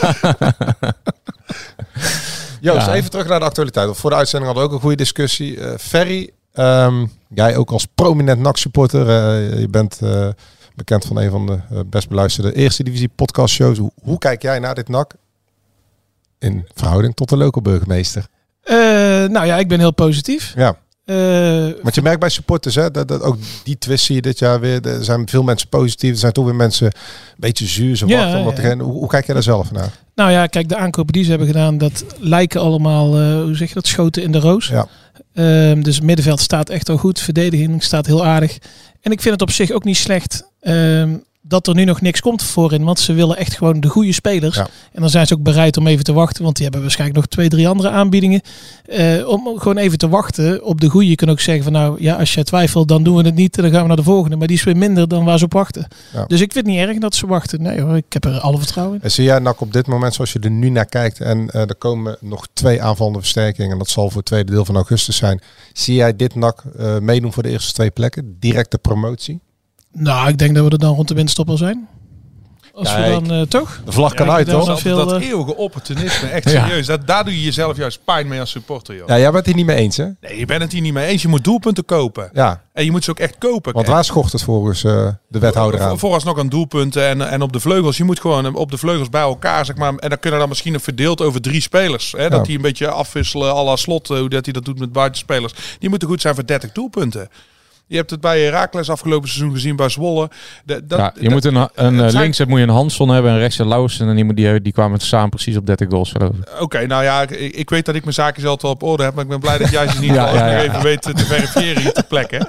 Joost, ja. even terug naar de actualiteit. Voor de uitzending hadden we ook een goede discussie. Uh, Ferry, um, jij ook als prominent N A C-supporter. Uh, je bent uh, bekend van een van de uh, best beluisterde Eerste Divisie podcastshows. Hoe, hoe kijk jij naar dit N A C in verhouding tot de local burgemeester? Uh, nou ja, ik ben heel positief. Ja. Uh, Want je merkt bij supporters, hè, dat, dat ook die twist zie je dit jaar weer. Er zijn veel mensen positief. Er zijn toch weer mensen een beetje zuur. Zo ja, ja. Te, hoe, hoe kijk jij daar zelf naar? Nou ja, kijk, de aankopen die ze hebben gedaan, dat lijken allemaal, uh, hoe zeg je dat, schoten in de roos. Ja. Uh, dus het middenveld staat echt al goed. Verdediging staat heel aardig. En ik vind het op zich ook niet slecht Uh, dat er nu nog niks komt voorin. Want ze willen echt gewoon de goede spelers. Ja. En dan zijn ze ook bereid om even te wachten. Want die hebben waarschijnlijk nog twee, drie andere aanbiedingen. Uh, om gewoon even te wachten op de goede. Je kan ook zeggen van nou, ja, als je twijfelt, dan doen we het niet. En dan gaan we naar de volgende. Maar die is weer minder dan waar ze op wachten. Ja. Dus ik vind het niet erg dat ze wachten. Nee hoor, ik heb er alle vertrouwen in. En zie jij N A C op dit moment, zoals je er nu naar kijkt. En uh, er komen nog twee aanvallende versterkingen. En dat zal voor het tweede deel van augustus zijn. Zie jij dit N A C uh, meedoen voor de eerste twee plekken? Directe promotie? Nou, ik denk dat we er dan rond de winterstop al zijn. Als Kijk, we dan uh, toch? De vlag kan ja, uit, toch? Dat, veel, dat eeuwige opportunisme, echt serieus. Ja. Dat, daar doe je jezelf juist pijn mee als supporter, joh. Ja, jij bent het hier niet mee eens, hè? Nee, je bent het hier niet mee eens. Je moet doelpunten kopen. Ja. En je moet ze ook echt kopen. Want waar schort het volgens uh, de wethouder aan? Vooralsnog aan doelpunten en, en op de vleugels. Je moet gewoon op de vleugels bij elkaar, zeg maar. En dan kunnen dan misschien verdeeld over drie spelers. Hè, dat ja. die een beetje afwisselen, à la Slot, hoe dat hij dat doet met buitenspelers. Die moeten goed zijn voor dertig doelpunten. Je hebt het bij Heracles afgelopen seizoen gezien bij Zwolle. De, dat, ja, je dat, moet een, een zijn... links moet je een Hansson hebben en rechts een Lauwsen. En die, moet die, die kwamen samen precies op dertig goals geloof ik. Oké, okay, nou ja, ik, ik weet dat ik mijn zaakjes altijd wel op orde heb. Maar ik ben blij dat jij ze niet ja, ja, ja, nog even weet te verifiëren hier ter plekke.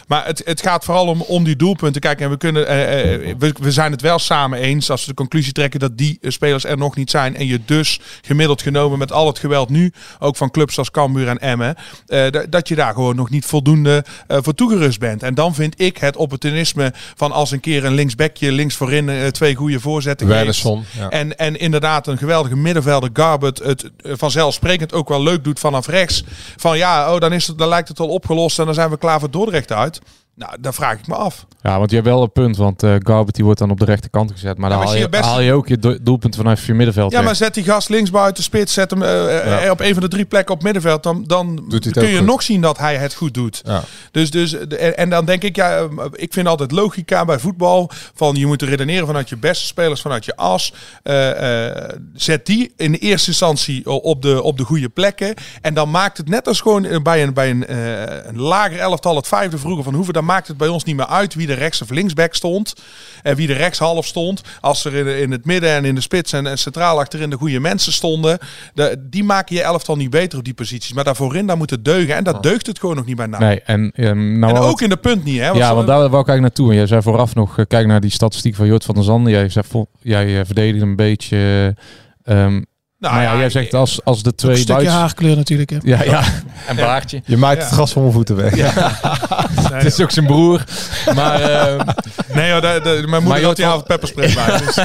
Maar het, het gaat vooral om, om die doelpunten. Kijk, en we, kunnen, uh, uh, we, we zijn het wel samen eens als we de conclusie trekken dat die uh, spelers er nog niet zijn. En je dus gemiddeld genomen met al het geweld nu, ook van clubs als Cambuur en Emmen, uh, d- dat je daar gewoon nog niet voldoende uh, voor toegerust bent. En dan vind ik het opportunisme van als een keer een linksbackje links voorin uh, twee goede voorzetten geeft. Ja. En, en inderdaad een geweldige middenvelder Garbert het uh, vanzelfsprekend ook wel leuk doet vanaf rechts. Van ja, oh, dan, is het, dan lijkt het al opgelost en dan zijn we klaar voor Dordrecht uit. Nou, daar vraag ik me af. Ja, want je hebt wel een punt, want uh, Garbert die wordt dan op de rechterkant gezet. Maar ja, dan maar haal, je, best... haal je ook je do- doelpunt vanuit je middenveld. Ja, weg. Maar zet die gast links buiten spits, zet hem uh, ja. op een van de drie plekken op middenveld. Dan, dan kun je goed. nog zien dat hij het goed doet. Ja. Dus, dus, en dan denk ik, ja, ik vind altijd logica bij voetbal. Van je moet redeneren vanuit je beste spelers, vanuit je as. Uh, uh, zet die in de eerste instantie op de, op de goede plekken. En dan maakt het net als gewoon bij een, bij een, uh, een lager elftal, het vijfde vroeger van Hoeven, dan maakt het bij ons niet meer uit wie de rechts of linksback stond. En wie de rechtshalf stond. Als er in, in het midden en in de spits en, en centraal achterin de goede mensen stonden. De, die maken je elftal niet beter op die posities. Maar daarvoorin, daar moet het deugen. En dat oh. deugt het gewoon nog niet bij naam. Nee, en um, nou en ook wat... in de punt niet. Hè? Want ja, zo... want daar wou ik eigenlijk naartoe. Jij zei vooraf nog, uh, kijk naar die statistiek van Jort van der Zanden. Jij, zei, vol, jij uh, verdedigde een beetje... Um, Nou, maar ja, ja, jij zegt als, als de twee... Een stukje buits... haarkleur natuurlijk. Hè? Ja, ja. En baardje. Je maakt ja. het gras van mijn voeten weg. Ja. Nee, het is ook zijn broer. Maar, uh... nee hoor, de, de, mijn moeder had die avond pepperspray bij. Dus...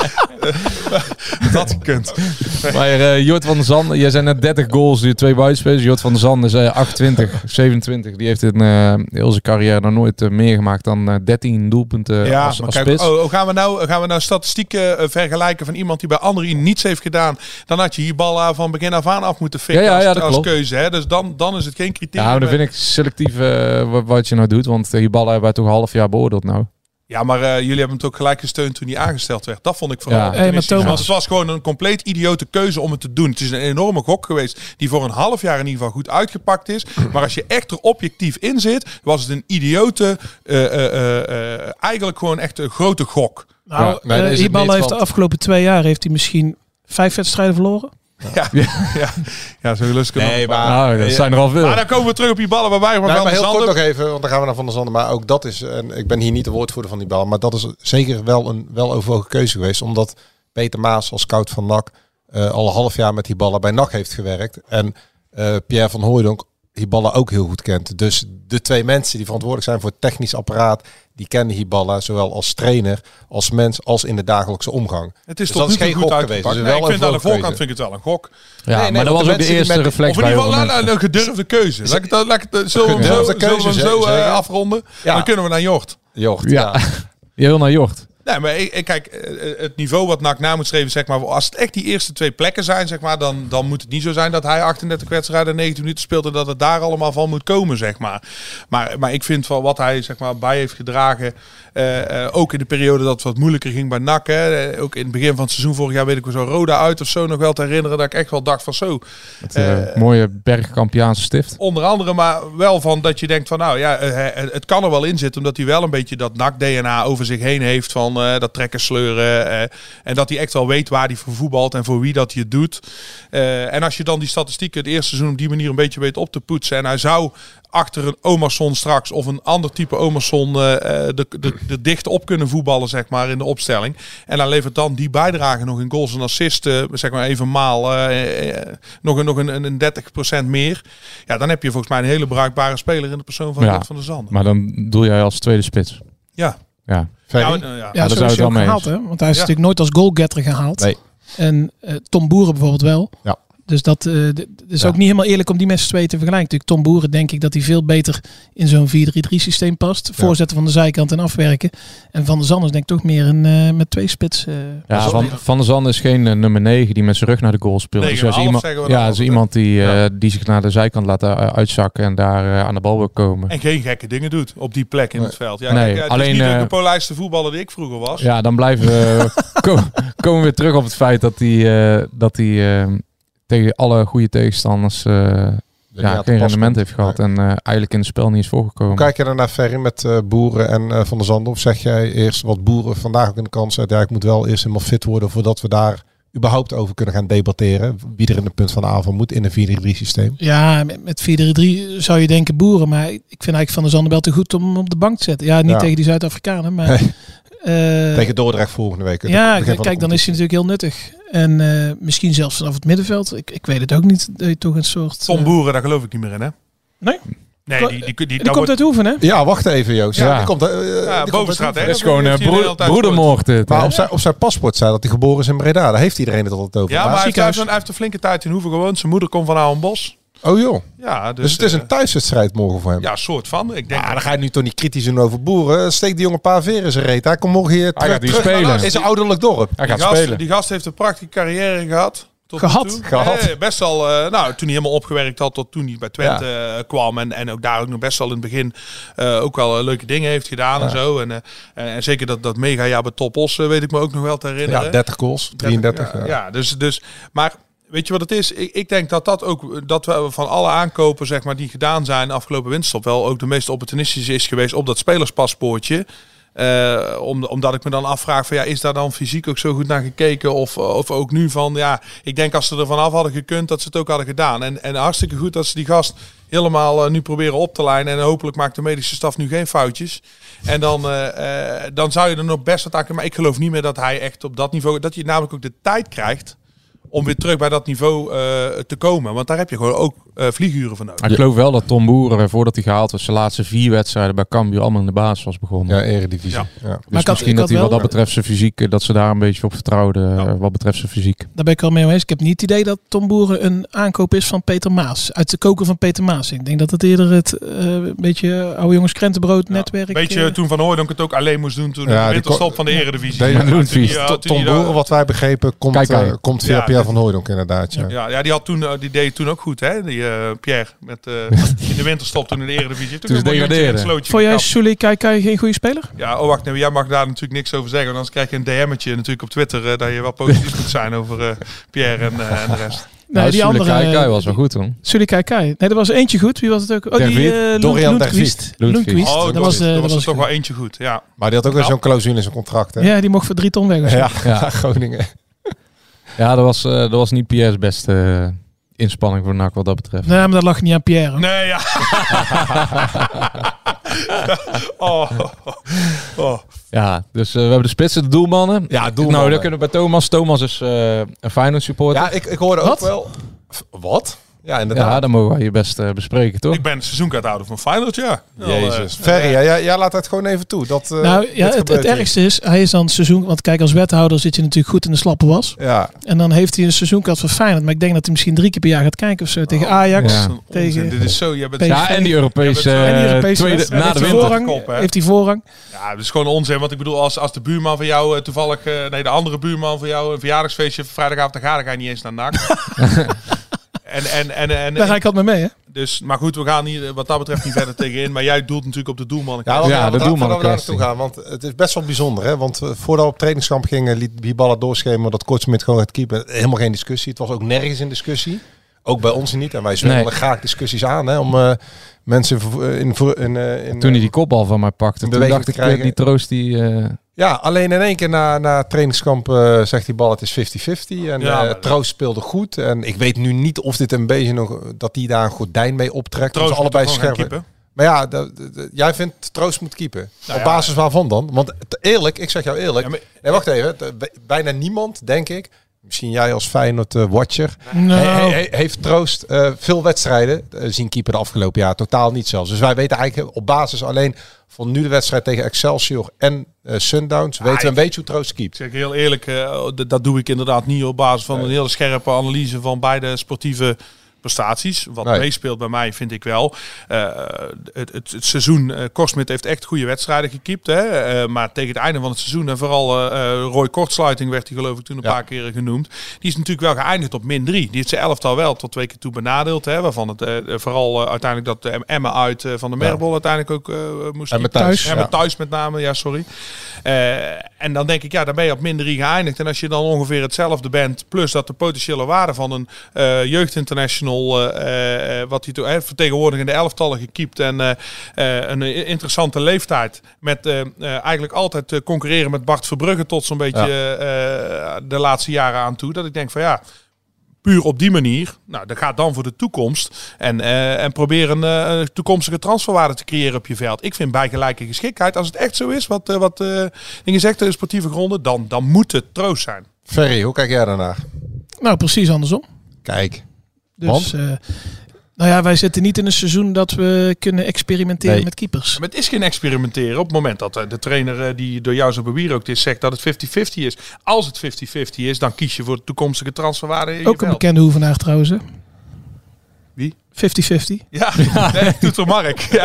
dat had gekund. Nee. Maar uh, Jort van der Zanden, jij zijn net dertig goals, die twee buitenspelers. Jort van der Zanden is uh, achtentwintig, zevenentwintig. Die heeft in uh, heel zijn carrière nog nooit uh, meer gemaakt dan uh, dertien doelpunten ja, als, als kijk, spits. Oh, gaan, we nou, gaan we nou statistieken uh, vergelijken van iemand die bij anderen niets heeft gedaan? Dan had je Hiballa van begin af aan af moeten fikken ja, ja, ja, als, als keuze. Hè? Dus dan, dan is het geen criterium. Ja, dan vind ik selectief uh, wat je nou doet. Want Hiballa hebben wij toch een half jaar beoordeeld nou. Ja, maar uh, jullie hebben hem toch gelijk gesteund toen hij aangesteld werd. Dat vond ik vooral. Ja. Hey, maar Thomas... Het was gewoon een compleet idiote keuze om het te doen. Het is een enorme gok geweest die voor een half jaar in ieder geval goed uitgepakt is. Maar als je echt er objectief in zit, was het een idiote, uh, uh, uh, uh, eigenlijk gewoon echt een grote gok. Nou, ja, uh, Hiballa heeft de afgelopen twee jaar heeft hij misschien vijf wedstrijden verloren. Ja, ja, ja. ja zo lustig. Nee, maar nou, dat zijn er al veel. Maar dan komen we terug op die ballen waarbij we nou, maar heel kort nog even, want dan gaan we naar Van der Zanden. Maar ook dat is, en ik ben hier niet de woordvoerder van die bal, maar dat is zeker wel een weloverwogen keuze geweest, omdat Peter Maas als scout van N A C uh, al een half jaar met die ballen bij N A C heeft gewerkt en uh, Pierre van Hooijdonk Hiballa ook heel goed kent. Dus de twee mensen die verantwoordelijk zijn voor het technisch apparaat, die kennen Hiballa zowel als trainer, als mens, als in de dagelijkse omgang. Het is dus toch dat is geen goed gok geweest. geweest. Nee, ik vind aan de voorkant vind ik het wel een gok. Ja, nee, nee, maar dat was ook de eerste met, reflex of in ieder geval bij een, een gedurfde keuze. Laat ik het, laat ik het zo, zo, zo, zo, zo uh, afronden. Ja. Dan kunnen we naar Jort. Jort, ja. ja. Je wil naar Jort. Nee, maar ik, ik, kijk, het niveau wat N A C na moet streven, zeg maar, als het echt die eerste twee plekken zijn, zeg maar, dan, dan moet het niet zo zijn dat hij achtendertig wedstrijden en negentien minuten speelt en dat het daar allemaal van moet komen, zeg maar. Maar, maar ik vind van wat hij, zeg maar, bij heeft gedragen, uh, uh, ook in de periode dat het wat moeilijker ging bij N A C, hè, ook in het begin van het seizoen vorig jaar weet ik wel zo Roda uit of zo nog wel te herinneren, dat ik echt wel dacht van zo. Het uh, uh, mooie Bergkampiaanse stift. Onder andere, maar wel van dat je denkt van nou ja, uh, het kan er wel in zitten, omdat hij wel een beetje dat N A C-D N A over zich heen heeft van uh, dat trekken sleuren. Uh, en dat hij echt wel weet waar hij voor voetbalt en voor wie dat hij het doet. Uh, en als je dan die statistieken het eerste seizoen op die manier een beetje weet op te poetsen. En hij zou achter een Omerson straks of een ander type Omerson uh, de, de, de dicht op kunnen voetballen, zeg maar, in de opstelling. En dan levert dan die bijdrage nog in goals en assists, uh, zeg maar even maal, uh, uh, nog, een, nog een, een dertig procent meer. Ja, dan heb je volgens mij een hele bruikbare speler in de persoon van ja, Van der Zanden. Maar dan doe jij als tweede spits. Ja. Ja. Ja, ja, ja, ja, dat zou je ook gehaald, hè? Want hij is ja. natuurlijk nooit als goalgetter gehaald. Nee. En uh, Tom Boeren bijvoorbeeld wel. Ja. Dus dat uh, d- is ja. ook niet helemaal eerlijk om die met z'n tweeën te vergelijken. Natuurlijk, Tom Boeren denk ik dat hij veel beter in zo'n vier drie drie systeem past. Ja. Voorzetten van de zijkant en afwerken. En Van der Zanden is denk ik toch meer een uh, met twee spits. Uh, ja, van, van der Zanden is geen uh, nummer negen die met zijn rug naar de goal speelt. Nee, dus als iemand, ja, is iemand die, uh, ja. die zich naar de zijkant laat uh, uitzakken en daar uh, aan de bal wil komen. En geen gekke dingen doet op die plek in nee. het veld. Ja, nee, ja, het alleen, is niet uh, de polijste voetballer die ik vroeger was. Ja, dan blijven we komen we weer terug op het feit dat hij uh, dat hij uh, tegen alle goede tegenstanders uh, ja, ja, geen rendement heeft gehad. Nee. En uh, eigenlijk in het spel niet is voorgekomen. Hoe kijk je dan naar Ferry met uh, Boeren en uh, Van der Zanden? Of zeg jij eerst wat Boeren vandaag ook in de kans uit? Ja, ik moet wel eerst helemaal fit worden voordat we daar überhaupt over kunnen gaan debatteren. Wie er in de punt van de aanval moet in een vier drie drie systeem. Ja, met, met vier drie drie zou je denken Boeren. Maar ik vind eigenlijk Van der Zandebelt te goed om op de bank te zetten. Ja, niet ja. tegen die Zuid-Afrikanen. Maar nee. uh, tegen Dordrecht volgende week. Ja, kijk, dan is hij natuurlijk heel nuttig. En uh, misschien zelfs vanaf het middenveld. Ik, ik weet het ook niet. Dat je toch een soort... Tom Boeren, daar geloof ik niet meer in, hè? Nee? Nee, die, die, die, die, die komt wordt... uit Hoeven, hè? Ja, wacht even, Joost. Ja, ja. Die komt, uh, ja die Bovenstraat, hè? Dat is gewoon uh, broer, broedermoord. Dit, maar op zijn, op zijn paspoort staat dat hij geboren is in Breda. Daar heeft iedereen het altijd over. Ja, maar hij heeft, hij heeft een flinke tijd in Hoeven gewoond. Zijn moeder komt van Ouwenbos. Oh joh. Ja, dus, dus het is een thuiswedstrijd morgen voor hem. Ja, soort van. Ik denk ja, dan ga je nu toch niet kritisch doen over Boeren. Steek die jongen een paar veren in zijn reet. Hij komt morgen hier terug, terug spelen. in zijn ouderlijk dorp. Hij gaat die gast, spelen. Die gast heeft een prachtige carrière gehad. Tot gehad. gehad. Nee, best wel, uh, nou, toen hij helemaal opgewerkt had tot toen hij bij Twente ja. uh, kwam. En, en ook daar ook nog best wel in het begin uh, ook wel uh, leuke dingen heeft gedaan ja. en zo. En, uh, en, en zeker dat, dat mega jaar bij Top Os uh, weet ik me ook nog wel te herinneren. Ja, dertig goals, drieëndertig. dertig, ja, ja. ja dus, dus, maar weet je wat het is? Ik, ik denk dat dat ook, dat we van alle aankopen zeg maar, die gedaan zijn de afgelopen winterstop wel ook de meest opportunistische is geweest op dat spelerspaspoortje. Uh, om, omdat ik me dan afvraag van ja, is daar dan fysiek ook zo goed naar gekeken of, of ook nu van ja, ik denk als ze er vanaf hadden gekund dat ze het ook hadden gedaan. En, en hartstikke goed dat ze die gast helemaal uh, nu proberen op te lijnen en hopelijk maakt de medische staf nu geen foutjes. En dan, uh, uh, dan zou je er nog best wat aan kunnen, maar ik geloof niet meer dat hij echt op dat niveau, dat je namelijk ook de tijd krijgt om weer terug bij dat niveau uh, te komen. Want daar heb je gewoon ook uh, vlieguren voor nodig. Ik geloof wel dat Tom Boeren, voordat hij gehaald was, zijn laatste vier wedstrijden bij Cambuur allemaal in de basis was begonnen. Ja, eredivisie. Ja. Ja. Dus maar misschien had, dat hij wat dat betreft zijn fysiek, dat ze daar een beetje op vertrouwden, ja. wat betreft zijn fysiek. Daar ben ik al mee eens. Ik heb niet het idee dat Tom Boeren een aankoop is van Peter Maas. Uit de koker van Peter Maas. Ik denk dat het eerder het uh, een beetje oude jongens krentenbrood ja. netwerk. Weet je, uh, toen Van Hooijdonk het ook alleen moest doen toen ja, de winterstop van de eredivisie. Ja, ja, Tom Boeren, wat wij begrepen, komt, kijk, uh, komt via ja, Pierre Van Hooijdonk inderdaad. Ja. Ja, ja, die had toen, uh, die deed toen ook goed, hè? Die uh, Pierre met uh, in de winterstop toen in de Eredivisie. Toen dus degraderen. Vond jij Sully Kaikai geen goede speler? Ja, oh wacht, nee, jij mag daar natuurlijk niks over zeggen, want anders krijg je een D M'tje natuurlijk op Twitter uh, dat je wel positief moet zijn over uh, Pierre en, uh, en de rest. Nee, nou, die andere Kaikai was wel goed toen. Sully Kaikai. Nee, er was eentje goed. Wie was het ook? Oh, die uh, Dorian Dervist. Lundqvist. Oh, dat was, uh, dat was er toch wel eentje goed, ja. Maar die had ook wel zo'n clausule in zijn contract, hè? Ja, die mocht voor drie ton weg. Ja, ja, Groningen. Ja, dat was, uh, dat was niet Pierre's beste uh, inspanning voor N A C wat dat betreft. Nee, maar dat lag niet aan Pierre. Nee, ja. oh, oh. Ja, dus uh, we hebben de spitsen, de doelmannen. Ja, doelmannen. Nou, dan kunnen we bij Thomas. Thomas is uh, een Feyenoord supporter. Ja, ik, ik hoorde wat? ook wel... Wat? Ja, inderdaad. Ja, dan mogen wij je best uh, bespreken, toch? Ik ben een seizoenkaarthouder van Feyenoord, ja. Jezus. Uh, Ferry, ja, jij laat het gewoon even toe. Dat, uh, nou, ja, het, het ergste is, hij is dan seizoen... Want kijk, als wethouder zit je natuurlijk goed in de slappe was. Ja. En dan heeft hij een seizoenkaart van Feyenoord. Maar ik denk dat hij misschien drie keer per jaar gaat kijken of zo. Tegen oh, Ajax. Ja. Tegen Dit is zo... Je bent ja, en die Europese, uh, en die Europese tweede, na de winter. Voorrang, kop, heeft hij voorrang. Ja, dat is gewoon onzin. Want ik bedoel, als, als de buurman van jou uh, toevallig... Uh, nee, de andere buurman van jou een verjaardagsfeestje... vrijdagavond, dan ga je niet eens naar N A C. En, en, en, en, Daar ga ik altijd mee mee, hè? Dus, maar goed, we gaan hier wat dat betreft niet verder tegenin. Maar jij doelt natuurlijk op de doelman. Ja, ja, de doelman. We daar naartoe gaan, want het is best wel bijzonder, hè? Want uh, voordat we op trainingskamp gingen, liet Biballa doorschemeren dat Kortsmit gewoon gaat keepen. Helemaal geen discussie. Het was ook nergens in discussie. Ook bij ons niet. En wij zwemmen nee. graag discussies aan, hè? Om uh, mensen in, in, in, uh, in toen hij die kopbal van mij pakte, toen dacht ik krijgen. die troost die. Uh... Ja, alleen in één keer na, na trainingskamp uh, zegt die bal het is vijftig vijftig. En ja, uh, Troost speelde goed. En ik weet nu niet of dit een beetje nog... dat hij daar een gordijn mee optrekt. Troost allebei scherpen. Maar ja, de, de, de, jij vindt Troost moet keepen. Nou op ja, basis waarvan dan? Want eerlijk, ik zeg jou eerlijk. Ja, maar, nee, wacht even. De, bijna niemand, denk ik... Misschien jij als Feyenoord-watcher. Uh, no. he, he, heeft Troost uh, veel wedstrijden uh, zien keeper de afgelopen jaar. Totaal niet zelfs. Dus wij weten eigenlijk op basis alleen van nu de wedstrijd tegen Excelsior en uh, Sundowns. Ah, weten we een beetje hoe Troost keept. Zeg heel eerlijk, uh, dat doe ik inderdaad niet op basis van nee. een hele scherpe analyse van beide sportieve prestaties. Wat nee. meespeelt bij mij, vind ik wel. Uh, het, het, het seizoen, uh, Kortsmit heeft echt goede wedstrijden gekiept. Hè? Uh, maar tegen het einde van het seizoen, en vooral uh, Roy Kortsluiting werd hij geloof ik toen een ja. paar keren genoemd. Die is natuurlijk wel geëindigd op min drie. Die heeft zijn elftal wel tot twee keer toe benadeeld. Hè? Waarvan het uh, vooral uh, uiteindelijk dat uh, Emma uit uh, van de Merbol ja. uiteindelijk ook uh, moest. En met thuis. En met thuis met name, ja sorry. Uh, en dan denk ik, ja, dan ben je op min drie geëindigd. En als je dan ongeveer hetzelfde bent, plus dat de potentiële waarde van een uh, jeugdinternational Arsenal, uh, uh, wat hij toen uh, vertegenwoordigende elftallen gekiept en uh, uh, een interessante leeftijd. Met uh, uh, eigenlijk altijd uh, concurreren met Bart Verbrugge tot zo'n beetje ja. uh, de laatste jaren aan toe. Dat ik denk van ja, puur op die manier, nou, dat gaat dan voor de toekomst. En, uh, en proberen een uh, toekomstige transferwaarde te creëren op je veld. Ik vind bij gelijke geschiktheid, als het echt zo is, wat, uh, wat uh, Inge zegt, de sportieve gronden, dan, dan moet het troost zijn. Ferry, hoe kijk jij daarnaar? Nou, precies andersom. Kijk. Dus, uh, nou ja, wij zitten niet in een seizoen dat we kunnen experimenteren nee. met keepers. Maar het is geen experimenteren. Op het moment dat de trainer die door jou zo bewierookt is, zegt dat het vijftig vijftig is. Als het vijftig vijftig is, dan kies je voor de toekomstige transferwaarde in Ook je een bekende Hoevenaar trouwens, hè? Wie? vijftig vijftig. Ja, nee, doet voor Mark. Ja.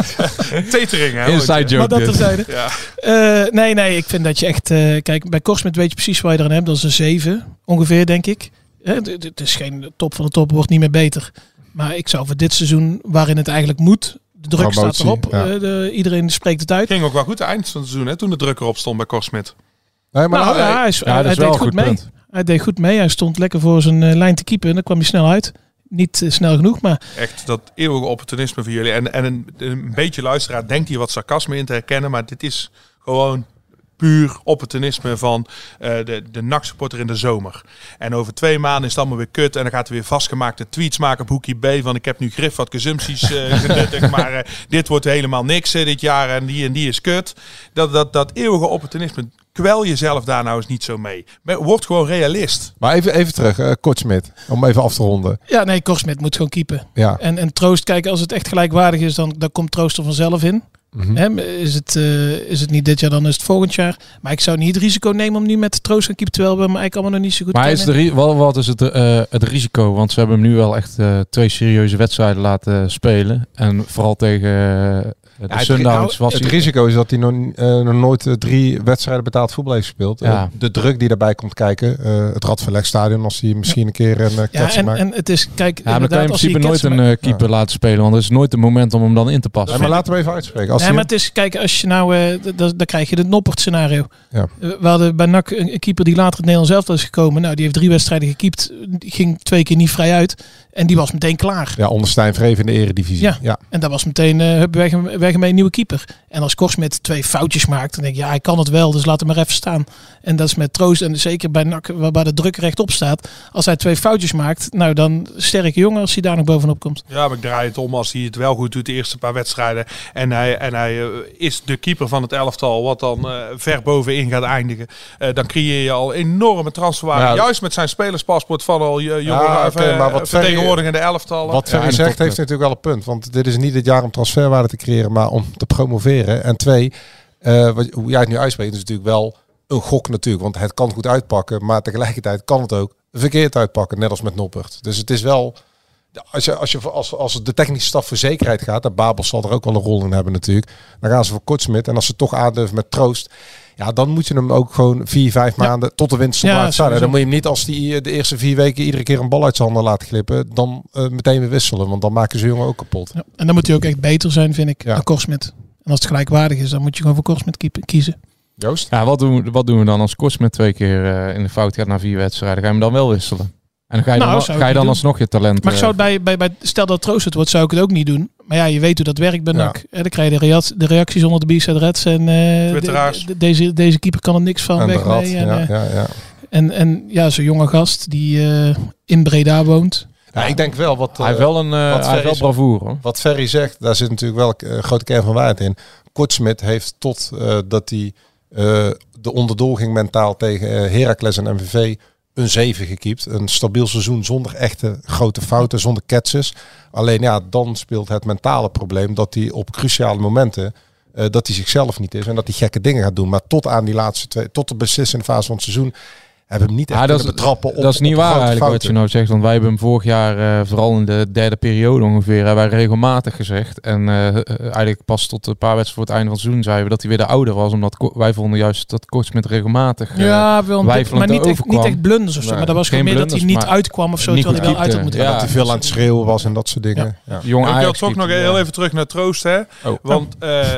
Tetering, hè? Inside joke. Maar dat terzijde. Ja. Uh, nee, nee, ik vind dat je echt... Uh, kijk, bij Korsmit weet je precies waar je erin hebt. Dat is een zeven, ongeveer, denk ik. Het is geen top van de top, wordt niet meer beter. Maar ik zou voor dit seizoen, waarin het eigenlijk moet, de druk Promotie, staat erop. Ja. Uh, de, iedereen spreekt het uit. Ging ook wel goed het eind van het seizoen, hè, toen de druk erop stond bij Korsmit. Nee, maar nou, ja, hij, is, ja, hij deed goed, goed mee. Punt. Hij deed goed mee. Hij stond lekker voor zijn uh, lijn te keepen en dan kwam hij snel uit. Niet uh, snel genoeg, maar... Echt dat eeuwige opportunisme voor jullie. En, en een, een beetje luisteraar denkt hier wat sarcasme in te herkennen, maar dit is gewoon puur opportunisme van uh, de, de N A C-supporter in de zomer. En over twee maanden is het allemaal weer kut. En dan gaat hij weer vastgemaakte tweets maken op Hoekie B. Van ik heb nu grif wat consumpties uh, genuttigd. Maar uh, dit wordt helemaal niks uh, dit jaar. En die en die is kut. Dat, dat, dat eeuwige opportunisme, kwel jezelf daar nou eens niet zo mee. Word gewoon realist. Maar even, even terug, uh, Kortsmit. Om even af te ronden. Ja, nee, Kortsmit moet gewoon keepen. Ja. En, en Troost, kijk, als het echt gelijkwaardig is, dan, dan komt Troost er vanzelf in. Mm-hmm. He, is, het, uh, is het niet dit jaar, dan is het volgend jaar. Maar ik zou niet het risico nemen om nu met Troost gaan keepen, terwijl we hem eigenlijk allemaal nog niet zo goed maar kennen. Maar is de, wat, wat is het, uh, het risico? Want ze hebben hem nu wel echt uh, twee serieuze wedstrijden laten spelen. En vooral tegen uh, de ja, Sundowns was het risico is dat hij nog, uh, nog nooit uh, drie wedstrijden betaald voetbal heeft gespeeld. Ja. Uh, de druk die daarbij komt kijken. Uh, het Radverlegstadion, als hij misschien een keer een uh, ja, en, maakt. En het is, kijk, ja, maar dan kan je in principe nooit een uh, keeper ja. laten spelen. Want er is nooit het moment om hem dan in te passen. Ja, maar laten we even uitspreken. Als ja, maar het is, kijk, als je nou, uh, dan, dan krijg je het Noppert scenario. Ja. Uh, we hadden bij N A C een, een keeper die later het Nederlands elftal is gekomen. Nou, die heeft drie wedstrijden gekiept. Ging twee keer niet vrij uit. En die was meteen klaar. Ja, onder Stijn Vreven in de eredivisie. Ja. ja. En dat was meteen uh, weg, weg met een nieuwe keeper. En als Korsmit twee foutjes maakt, dan denk je, ja, hij kan het wel, dus laat hem maar even staan. En dat is met Troost, en zeker bij N A C, waar de druk rechtop staat. Als hij twee foutjes maakt, nou dan sterke jongen als hij daar nog bovenop komt. Ja, maar ik draai het om als hij het wel goed doet de eerste paar wedstrijden. En hij, en hij uh, is de keeper van het elftal, wat dan uh, ver bovenin gaat eindigen. Uh, dan creëer je al enorme transferwaarde. Ja, juist met zijn spelerspaspoort van al jonge ja, okay, maar wat vertegenwoordigende elftallen. Wat Ferry ja, zegt, heeft natuurlijk wel een punt. Want dit is niet het jaar om transferwaarde te creëren, maar om te promoveren. En twee, uh, wat, hoe jij het nu uitspreekt, is natuurlijk wel een gok natuurlijk. Want het kan goed uitpakken, maar tegelijkertijd kan het ook verkeerd uitpakken. Net als met Noppert. Dus het is wel, als, je, als, je, als, als de technische staf voor zekerheid gaat, dat Babel zal er ook wel een rol in hebben natuurlijk. Dan gaan ze voor Kortsmit. En als ze toch aandurven met Troost, ja, dan moet je hem ook gewoon vier, vijf ja. maanden tot de winst ja, staan. Dan moet je hem niet als die de eerste vier weken iedere keer een bal uit zijn handen laat glippen, dan uh, meteen weer wisselen. Want dan maken ze jongen ook kapot. Ja, en dan moet hij ook echt beter zijn, vind ik, ja. dan Kortsmit. En als het gelijkwaardig is, dan moet je gewoon voor Kortsmit kiezen. Joost? Ja, wat doen, we, wat doen we dan als Kortsmit twee keer uh, in de fout gaat na vier wedstrijden? Ga je hem dan wel wisselen? En dan ga je nou, dan, ga je dan alsnog je talent... Maar ik zou het bij, bij, bij, stel dat Troost het wordt, zou ik het ook niet doen. Maar ja, je weet hoe dat werkt bij N A C. Ja. Dan krijg je de, reacties, de reacties onder de B-side Reds. En uh, de, de, deze, deze keeper kan er niks van en weg mee. En, ja, uh, ja, ja. en, en ja, zo'n jonge gast die uh, in Breda woont. Ja, ik denk wel wat... Uh, hij heeft wel een uh, hij heeft wel bravoure. Hoor. Wat Ferry zegt, daar zit natuurlijk wel een uh, grote kern van waarheid in. Kortsmit heeft tot uh, dat hij uh, de onderdoor ging mentaal tegen uh, Heracles en M V V een zeven gekiept. Een stabiel seizoen zonder echte grote fouten, zonder ketses. Alleen ja, dan speelt het mentale probleem dat hij op cruciale momenten uh, dat hij zichzelf niet is en dat hij gekke dingen gaat doen. Maar tot aan die laatste twee, tot de beslissende fase van het seizoen hebben hem niet echt ja, kunnen dat, betrappen op Dat is niet op waar eigenlijk fouten. Wat je nou zegt. Want wij hebben hem vorig jaar, uh, vooral in de derde periode ongeveer, hebben wij regelmatig gezegd. En uh, eigenlijk pas tot een paar wedstrijden voor het einde van het seizoen zeiden we dat hij weer de ouder was. Omdat wij vonden juist dat Kortsmit regelmatig uh, ja, wel een maar niet echt, niet echt blunders of zo. Nee, maar dat was gewoon meer dat hij niet uitkwam of zo. Terwijl hij wel uit had moeten gaan. Ja, dat hij veel aan het schreeuwen was en dat soort dingen. Ja. Ja. Jong ik wil toch nog heel even terug naar Troost. Hè? Oh. Want... Uh, uh,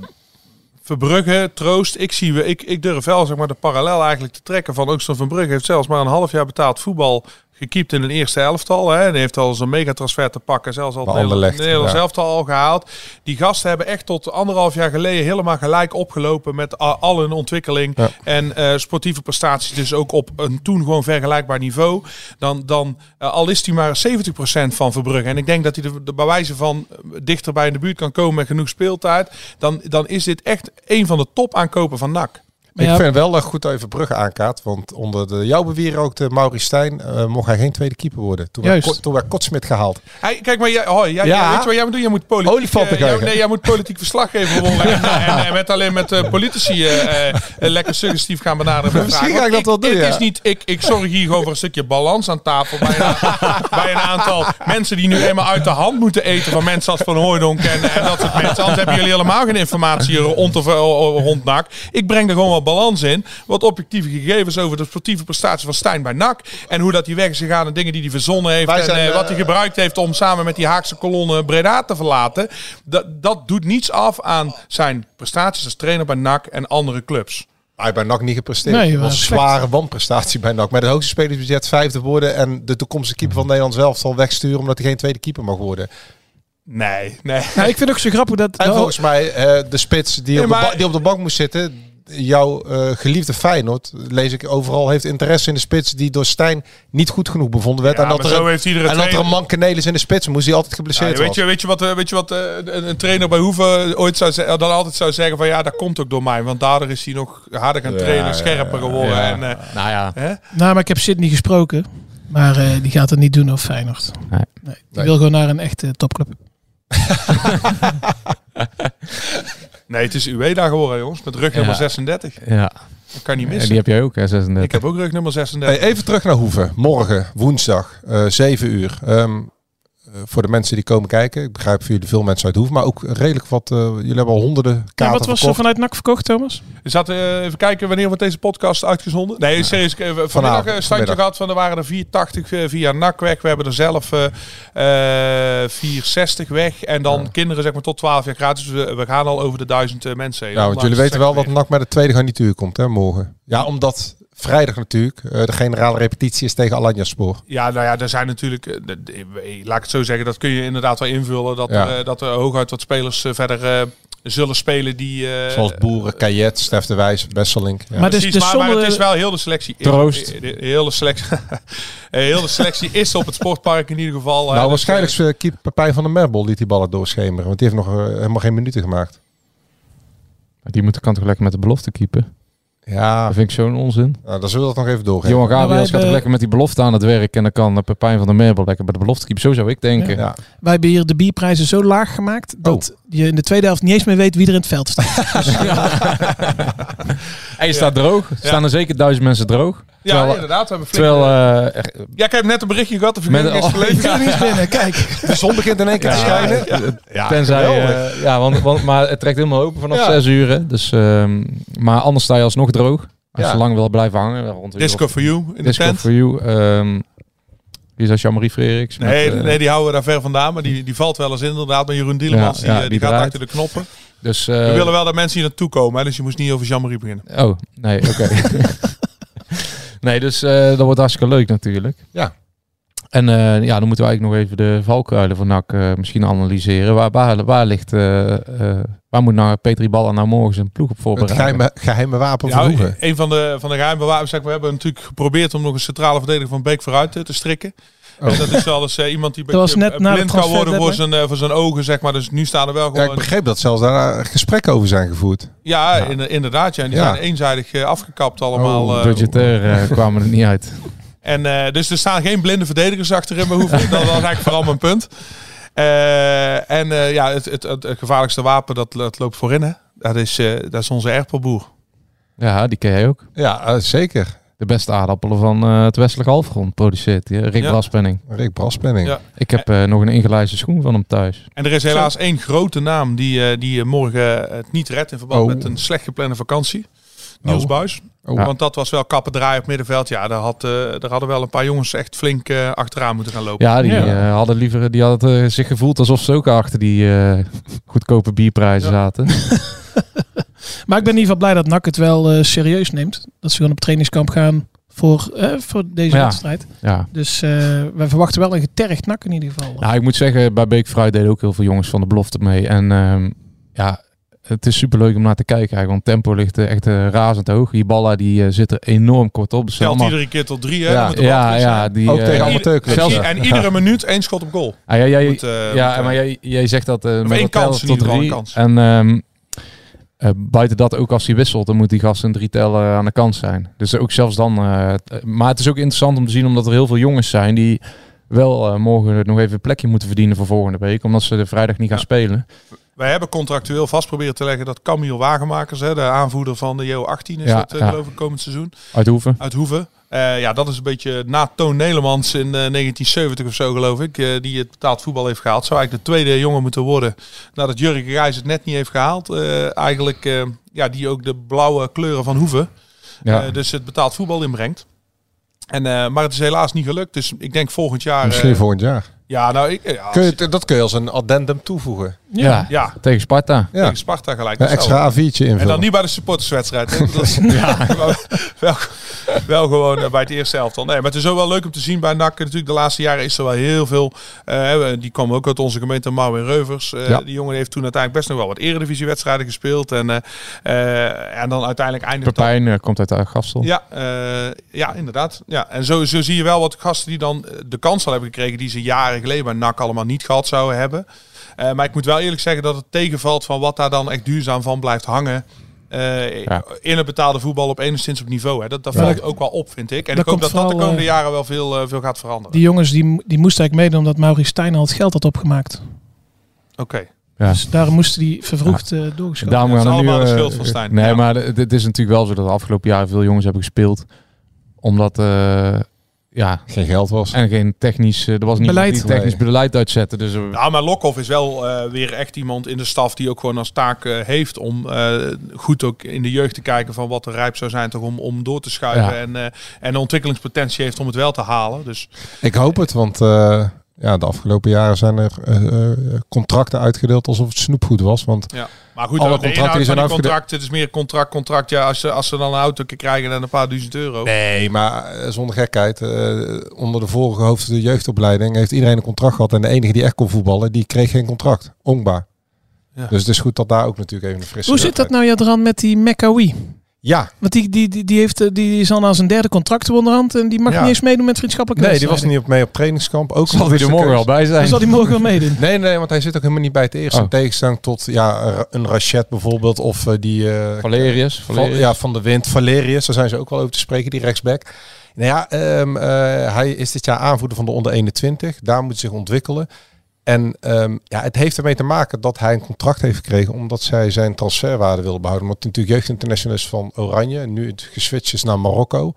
Verbrugge, Troost, ik, zie, ik, ik durf wel zeg maar, de parallel eigenlijk te trekken van Oosten Verbrugge heeft zelfs maar een half jaar betaald voetbal gekiept in een eerste elftal. Hè. Die heeft al zo'n megatransfer te pakken. Zelfs al het Nederlands ja. elftal al gehaald. Die gasten hebben echt tot anderhalf jaar geleden helemaal gelijk opgelopen met al, al hun ontwikkeling. Ja. En uh, sportieve prestaties dus ook op een toen gewoon vergelijkbaar niveau. Dan, dan uh, al is hij maar zeventig procent van Verbrugge. En ik denk dat hij de, de bij wijze van dichterbij in de buurt kan komen met genoeg speeltijd. Dan, dan is dit echt een van de top aankopen van N A C. Ik ja. vind wel dat goed even Brugge aankaart. Want onder de jouw bewier ook de Maurice Stijn uh, mocht hij geen tweede keeper worden. Toen werd, toen werd Kotsmit gehaald. Hey, kijk maar, jij, oh, jij, ja. weet je wat jij moet doen? Jij moet politiek, uh, jij, nee, jij moet politiek verslaggever worden. en, en, en met alleen met uh, politici uh, uh, lekker suggestief gaan benaderen. Misschien ga ik dat wel doen, ik, ja. is niet, ik, ik zorg hier gewoon voor een stukje balans aan tafel. Bij een, bij een aantal mensen die nu eenmaal uit de hand moeten eten van mensen als Van Hooijdonk en, en dat soort mensen. Anders hebben jullie helemaal geen informatie rond, of, rond N A C. Ik breng er gewoon wel balans in. Wat objectieve gegevens over de sportieve prestatie van Stijn bij N A C. En hoe dat hij weg is gegaan en dingen die hij verzonnen heeft. Wij en zijn, uh, wat hij gebruikt heeft om samen met die Haagse kolonne Breda te verlaten. Dat, dat doet niets af aan zijn prestaties als trainer bij N A C en andere clubs. Hij bij N A C niet gepresteerd. Nee, het was een zware wanprestatie bij N A C. Met het hoogste spelersbudget vijfde worden en de toekomstige keeper van Nederland zelf zal wegsturen omdat hij geen tweede keeper mag worden. Nee, nee. Nou, ik vind ook zo grappig dat... En volgens mij uh, de spits die, nee, op maar... de die op de bank moest zitten... Jouw uh, geliefde Feyenoord, lees ik overal, heeft interesse in de spits die door Stijn niet goed genoeg bevonden werd. Ja, en dat, er, een, en trainer... dat er een man Kenelis in de spits moest die altijd geblesseerd ja, weet je, was. Weet je wat, weet je wat uh, een, een trainer bij Hoeven ooit zou zeggen, dan altijd zou zeggen van ja, dat komt ook door mij. Want daardoor is hij nog harder gaan trainen, ja, scherper ja, geworden. Ja. En, uh, nou ja. Hè? Nou, maar ik heb Sidney gesproken. Maar uh, die gaat het niet doen op Feyenoord. Nee. Nee, die nee. wil gewoon naar een echte topclub. Nee, het is Ueda geworden, jongens. Met rug nummer ja. zesendertig. Ja. Dat kan niet missen. En die heb jij ook, hè, zesendertig. Ik heb ook rug nummer zesendertig. Hey, even terug naar Hoeven. Morgen, woensdag, uh, zeven uur. Um, uh, voor de mensen die komen kijken. Ik begrijp voor jullie veel mensen uit Hoeven. Maar ook redelijk wat... Uh, jullie hebben al honderden kaarten ja, wat was er vanuit N A C verkocht, Thomas? We zaten uh, even kijken wanneer wordt deze podcast uitgezonden. Nee, serieus. Uh, vanmiddag een standje gehad van er waren er vierentachtig uh, via N A C weg. We hebben er zelf uh, uh, vierenzestig weg. En dan ja. kinderen zeg maar tot twaalf jaar gratis. Dus we, we gaan al over de duizend uh, mensen heen. Ja, want jullie weten wel dat N A C met de tweede garnituur komt, hè, morgen. Ja, omdat... Vrijdag natuurlijk. Uh, de generale repetitie is tegen Alanyaspor. Ja, nou ja, er zijn natuurlijk... Uh, de, de, laat ik het zo zeggen, dat kun je inderdaad wel invullen. Dat, ja. er, uh, dat er hooguit wat spelers uh, verder uh, zullen spelen die... Uh, Zoals Boeren, Kajet, Stef de Wijs, Besselink. Ja. Maar, Precies, dus, dus maar, maar het is wel heel de selectie... Troost. De, de, de, hele selectie, heel de selectie is op het sportpark in ieder geval. Nou, uh, waarschijnlijk dus, uh, keeper Pepijn van der Merbel liet die ballen doorschemeren. Want die heeft nog uh, helemaal geen minuten gemaakt. Die moet de kant toch lekker met de belofte keepen. Ja, dat vind ik zo'n onzin. Nou, dan zullen we dat nog even doorgeven. Johan Gabriels gaat toch lekker met die belofte aan het werk en dan kan Pepijn van der Merbel lekker bij de belofte keepen. Zo zou ik denken. Ja. Ja. Wij hebben hier de bierprijzen zo laag gemaakt dat oh. je in de tweede helft niet eens meer weet wie er in het veld staat. Dus, ja. En je staat droog. Er staan er zeker duizend mensen droog. Ja, terwijl, inderdaad. We hebben terwijl, uh, ja, ik heb net een berichtje gehad. De vergunning is verleden. Ja, niet binnen. Kijk, de zon begint in één keer ja, te schijnen. Ja, ja. Ja, Tenzij, uh, ja, want, want, maar het trekt helemaal open vanaf ja. zes uur. Dus, um, maar anders sta je alsnog droog. Als ja. je lang wil blijven hangen. Rond Disco for you in Disco de tent. for you. Um, wie is dat? Jean-Marie Frederiks? Nee, met, uh, nee, die houden daar ver vandaan. Maar die, die valt wel eens in inderdaad. Maar Jeroen Dielemans, ja, ja, die, die, die gaat achter de knoppen. Dus, uh, we willen wel dat mensen hier naartoe komen. Hè, dus je moest niet over Jean-Marie beginnen. Oh, nee, oké. Okay. Nee, dus uh, dat wordt hartstikke leuk natuurlijk. Ja. En uh, ja, dan moeten we eigenlijk nog even de valkuilen van N A C uh, misschien analyseren. Waar, waar, waar ligt... Uh, uh, waar moet nou Petri Balla nou morgen zijn ploeg op voorbereiden? Het geheime, geheime wapen ja, van Hoeven. Een van de, van de geheime wapens. We hebben natuurlijk geprobeerd om nog een centrale verdediger van Beek vooruit te, te strikken. Oh. En dat is wel eens uh, iemand die een beetje net blind kan worden voor zijn, uh, voor zijn ogen, zeg maar. Dus nu staan er wel gewoon... Ja, ik begreep dat zelfs daar gesprekken over zijn gevoerd. Ja, ja. In, inderdaad. Ja. En die ja. zijn eenzijdig uh, afgekapt allemaal. Oh, budgetair uh, kwamen er niet uit. En uh, dus er staan geen blinde verdedigers achterin bij Hoeven. Dat was eigenlijk vooral mijn punt. Uh, en uh, ja, het, het, het, het gevaarlijkste wapen, dat, dat loopt voorin. Hè. Dat, is, uh, dat is onze erpelboer. Ja, die ken jij ook. Ja, uh, zeker. De beste aardappelen van uh, het westelijke halfgrond produceert. Ja? Rick ja. Braspenning. Rick Braspenning. Ja. Ik heb uh, nog een ingelijste schoen van hem thuis. En er is helaas Zo. één grote naam die, uh, die uh, morgen het niet redt in verband oh. met een slecht geplande vakantie. Niels oh. Buijs. Oh. Ja. Want dat was wel kappen draaien op middenveld. Ja, daar, had, uh, daar hadden wel een paar jongens echt flink uh, achteraan moeten gaan lopen. Ja, die ja. Uh, hadden liever die hadden uh, zich gevoeld alsof ze ook achter die uh, goedkope bierprijzen ja. zaten. Maar ik ben in ieder geval blij dat N A C het wel uh, serieus neemt. Dat ze gewoon op trainingskamp gaan voor, uh, voor deze ja. wedstrijd. Ja. Dus uh, wij verwachten wel een getergd N A C in ieder geval. Nou, ik moet zeggen, bij Beek Fruit deden ook heel veel jongens van de belofte mee. En um, ja, het is superleuk om naar te kijken eigenlijk, want tempo ligt uh, echt uh, razend hoog. Die ballen die uh, zitten enorm kort op. Dus allemaal... iedere keer tot drie, hè? Ja, ja, ja. Die, ook uh, tegen amateurclubs. En, en iedere minuut één schot op goal. Ah, ja, jij, moet, uh, ja, moet, uh, maar jij, jij zegt dat uh, met één kans tot drie. Kans. En um, uh, buiten dat, ook als hij wisselt, dan moet die gast een drie tellen aan de kant zijn. Dus ook zelfs dan. Uh, maar het is ook interessant om te zien, omdat er heel veel jongens zijn die wel uh, morgen nog even een plekje moeten verdienen voor volgende week, omdat ze de vrijdag niet gaan ja. spelen. Wij hebben contractueel vast proberen te leggen dat Camille Wagenmakers, hè, de aanvoerder van de J O achttien is, ja, het, ja. geloof ik, komend seizoen. Uit Hoeven. Uit Hoeven. Uh, ja, dat is een beetje na Toon Nelemans in uh, negentien zeventig of zo, geloof ik, uh, die het betaald voetbal heeft gehaald. Zou eigenlijk de tweede jongen moeten worden nadat Jurgen Gijs het net niet heeft gehaald. Uh, eigenlijk, uh, ja, die ook de blauwe kleuren van Hoeven. Ja. Uh, dus het betaald voetbal inbrengt. En, uh, maar het is helaas niet gelukt. Dus ik denk volgend jaar... Misschien uh, volgend jaar. Ja, nou, ik, ja, kun je, dat kun je als een addendum toevoegen. Ja, ja. ja. tegen Sparta. Ja. Tegen Sparta gelijk. Een extra A viertje invullen. En dan niet bij de supporterswedstrijd. Dat is, ja. wel, wel gewoon uh, bij het eerste elftal. Nee, maar het is ook wel leuk om te zien bij N A C. Natuurlijk de laatste jaren is er wel heel veel. Uh, die kwam ook uit onze gemeente Mouw en Reuvers. Uh, ja. Die jongen heeft toen uiteindelijk best nog wel wat eredivisiewedstrijden gespeeld. En, uh, uh, en dan uiteindelijk eindigt Pepijn uh, komt uit de Gastel. Ja, uh, ja, inderdaad. Ja. En zo, zo zie je wel wat gasten die dan de kans al hebben gekregen die ze jaren geleden bij N A C allemaal niet gehad zouden hebben. Uh, maar ik moet wel eerlijk zeggen dat het tegenvalt van wat daar dan echt duurzaam van blijft hangen. Uh, ja. In het betaalde voetbal op enigszins op niveau. Hè. Dat, dat valt ja. ook wel op, vind ik. En dat ik hoop dat dat de komende uh, jaren wel veel, uh, veel gaat veranderen. Die jongens die, die moesten eigenlijk meedoen omdat Maurice Stijn al het geld had opgemaakt. Oké. Okay. Ja. Dus daarom moesten die vervroegd ja. uh, doorgeschoten. Daarom gaan ja, dat is allemaal nu, uh, de schuld van Stijn. Nee, ja. maar het is natuurlijk wel zo dat de afgelopen jaren veel jongens hebben gespeeld. Omdat... Uh, Ja, geen geld was. En geen technisch, er was niet beleid. technisch nee. beleid uitzetten. Dus er... Nou, maar Lokhoff is wel uh, weer echt iemand in de staf die ook gewoon als taak uh, heeft om uh, goed ook in de jeugd te kijken van wat er rijp zou zijn toch om, om door te schuiven. Ja. En, uh, en de ontwikkelingspotentie heeft om het wel te halen. Dus. Ik hoop het, want uh, ja, de afgelopen jaren zijn er uh, contracten uitgedeeld alsof het snoepgoed was. Want ja. Maar goed, alle contracten die zijn die contract, het is meer contract, contract. Ja, als ze, als ze dan een auto krijgen en een paar duizend euro. Nee, maar uh, zonder gekheid. Uh, onder de vorige hoofd de jeugdopleiding heeft iedereen een contract gehad. En de enige die echt kon voetballen, die kreeg geen contract. Ongbaar. Ja. Dus het is goed dat daar ook natuurlijk even een frisse... Hoe zit dat nou, Jadran, met die Mekawi? Ja. Want die, die, die, die, heeft, die is al aan zijn derde contract onderhand en die mag ja. niet eens meedoen met vriendschappelijke Nee, die was niet op mee op trainingskamp. Ook zal hij er morgen wel bij zijn. Dan zal hij morgen wel meedoen. Nee, nee, want hij zit ook helemaal niet bij het eerste. Oh. Tegenstelling tot ja, een Rachet bijvoorbeeld of uh, die... Uh, Valerius. Valerius. Van, ja, van de Wind. Valerius, daar zijn ze ook wel over te spreken, die rechtsback. Nou ja, um, uh, hij is dit jaar aanvoerder van de onder eenentwintig. Daar moet hij zich ontwikkelen. En um, ja, het heeft ermee te maken dat hij een contract heeft gekregen omdat zij zijn transferwaarde willen behouden. Omdat hij natuurlijk jeugdinternational is van Oranje en nu het geswitcht is naar Marokko.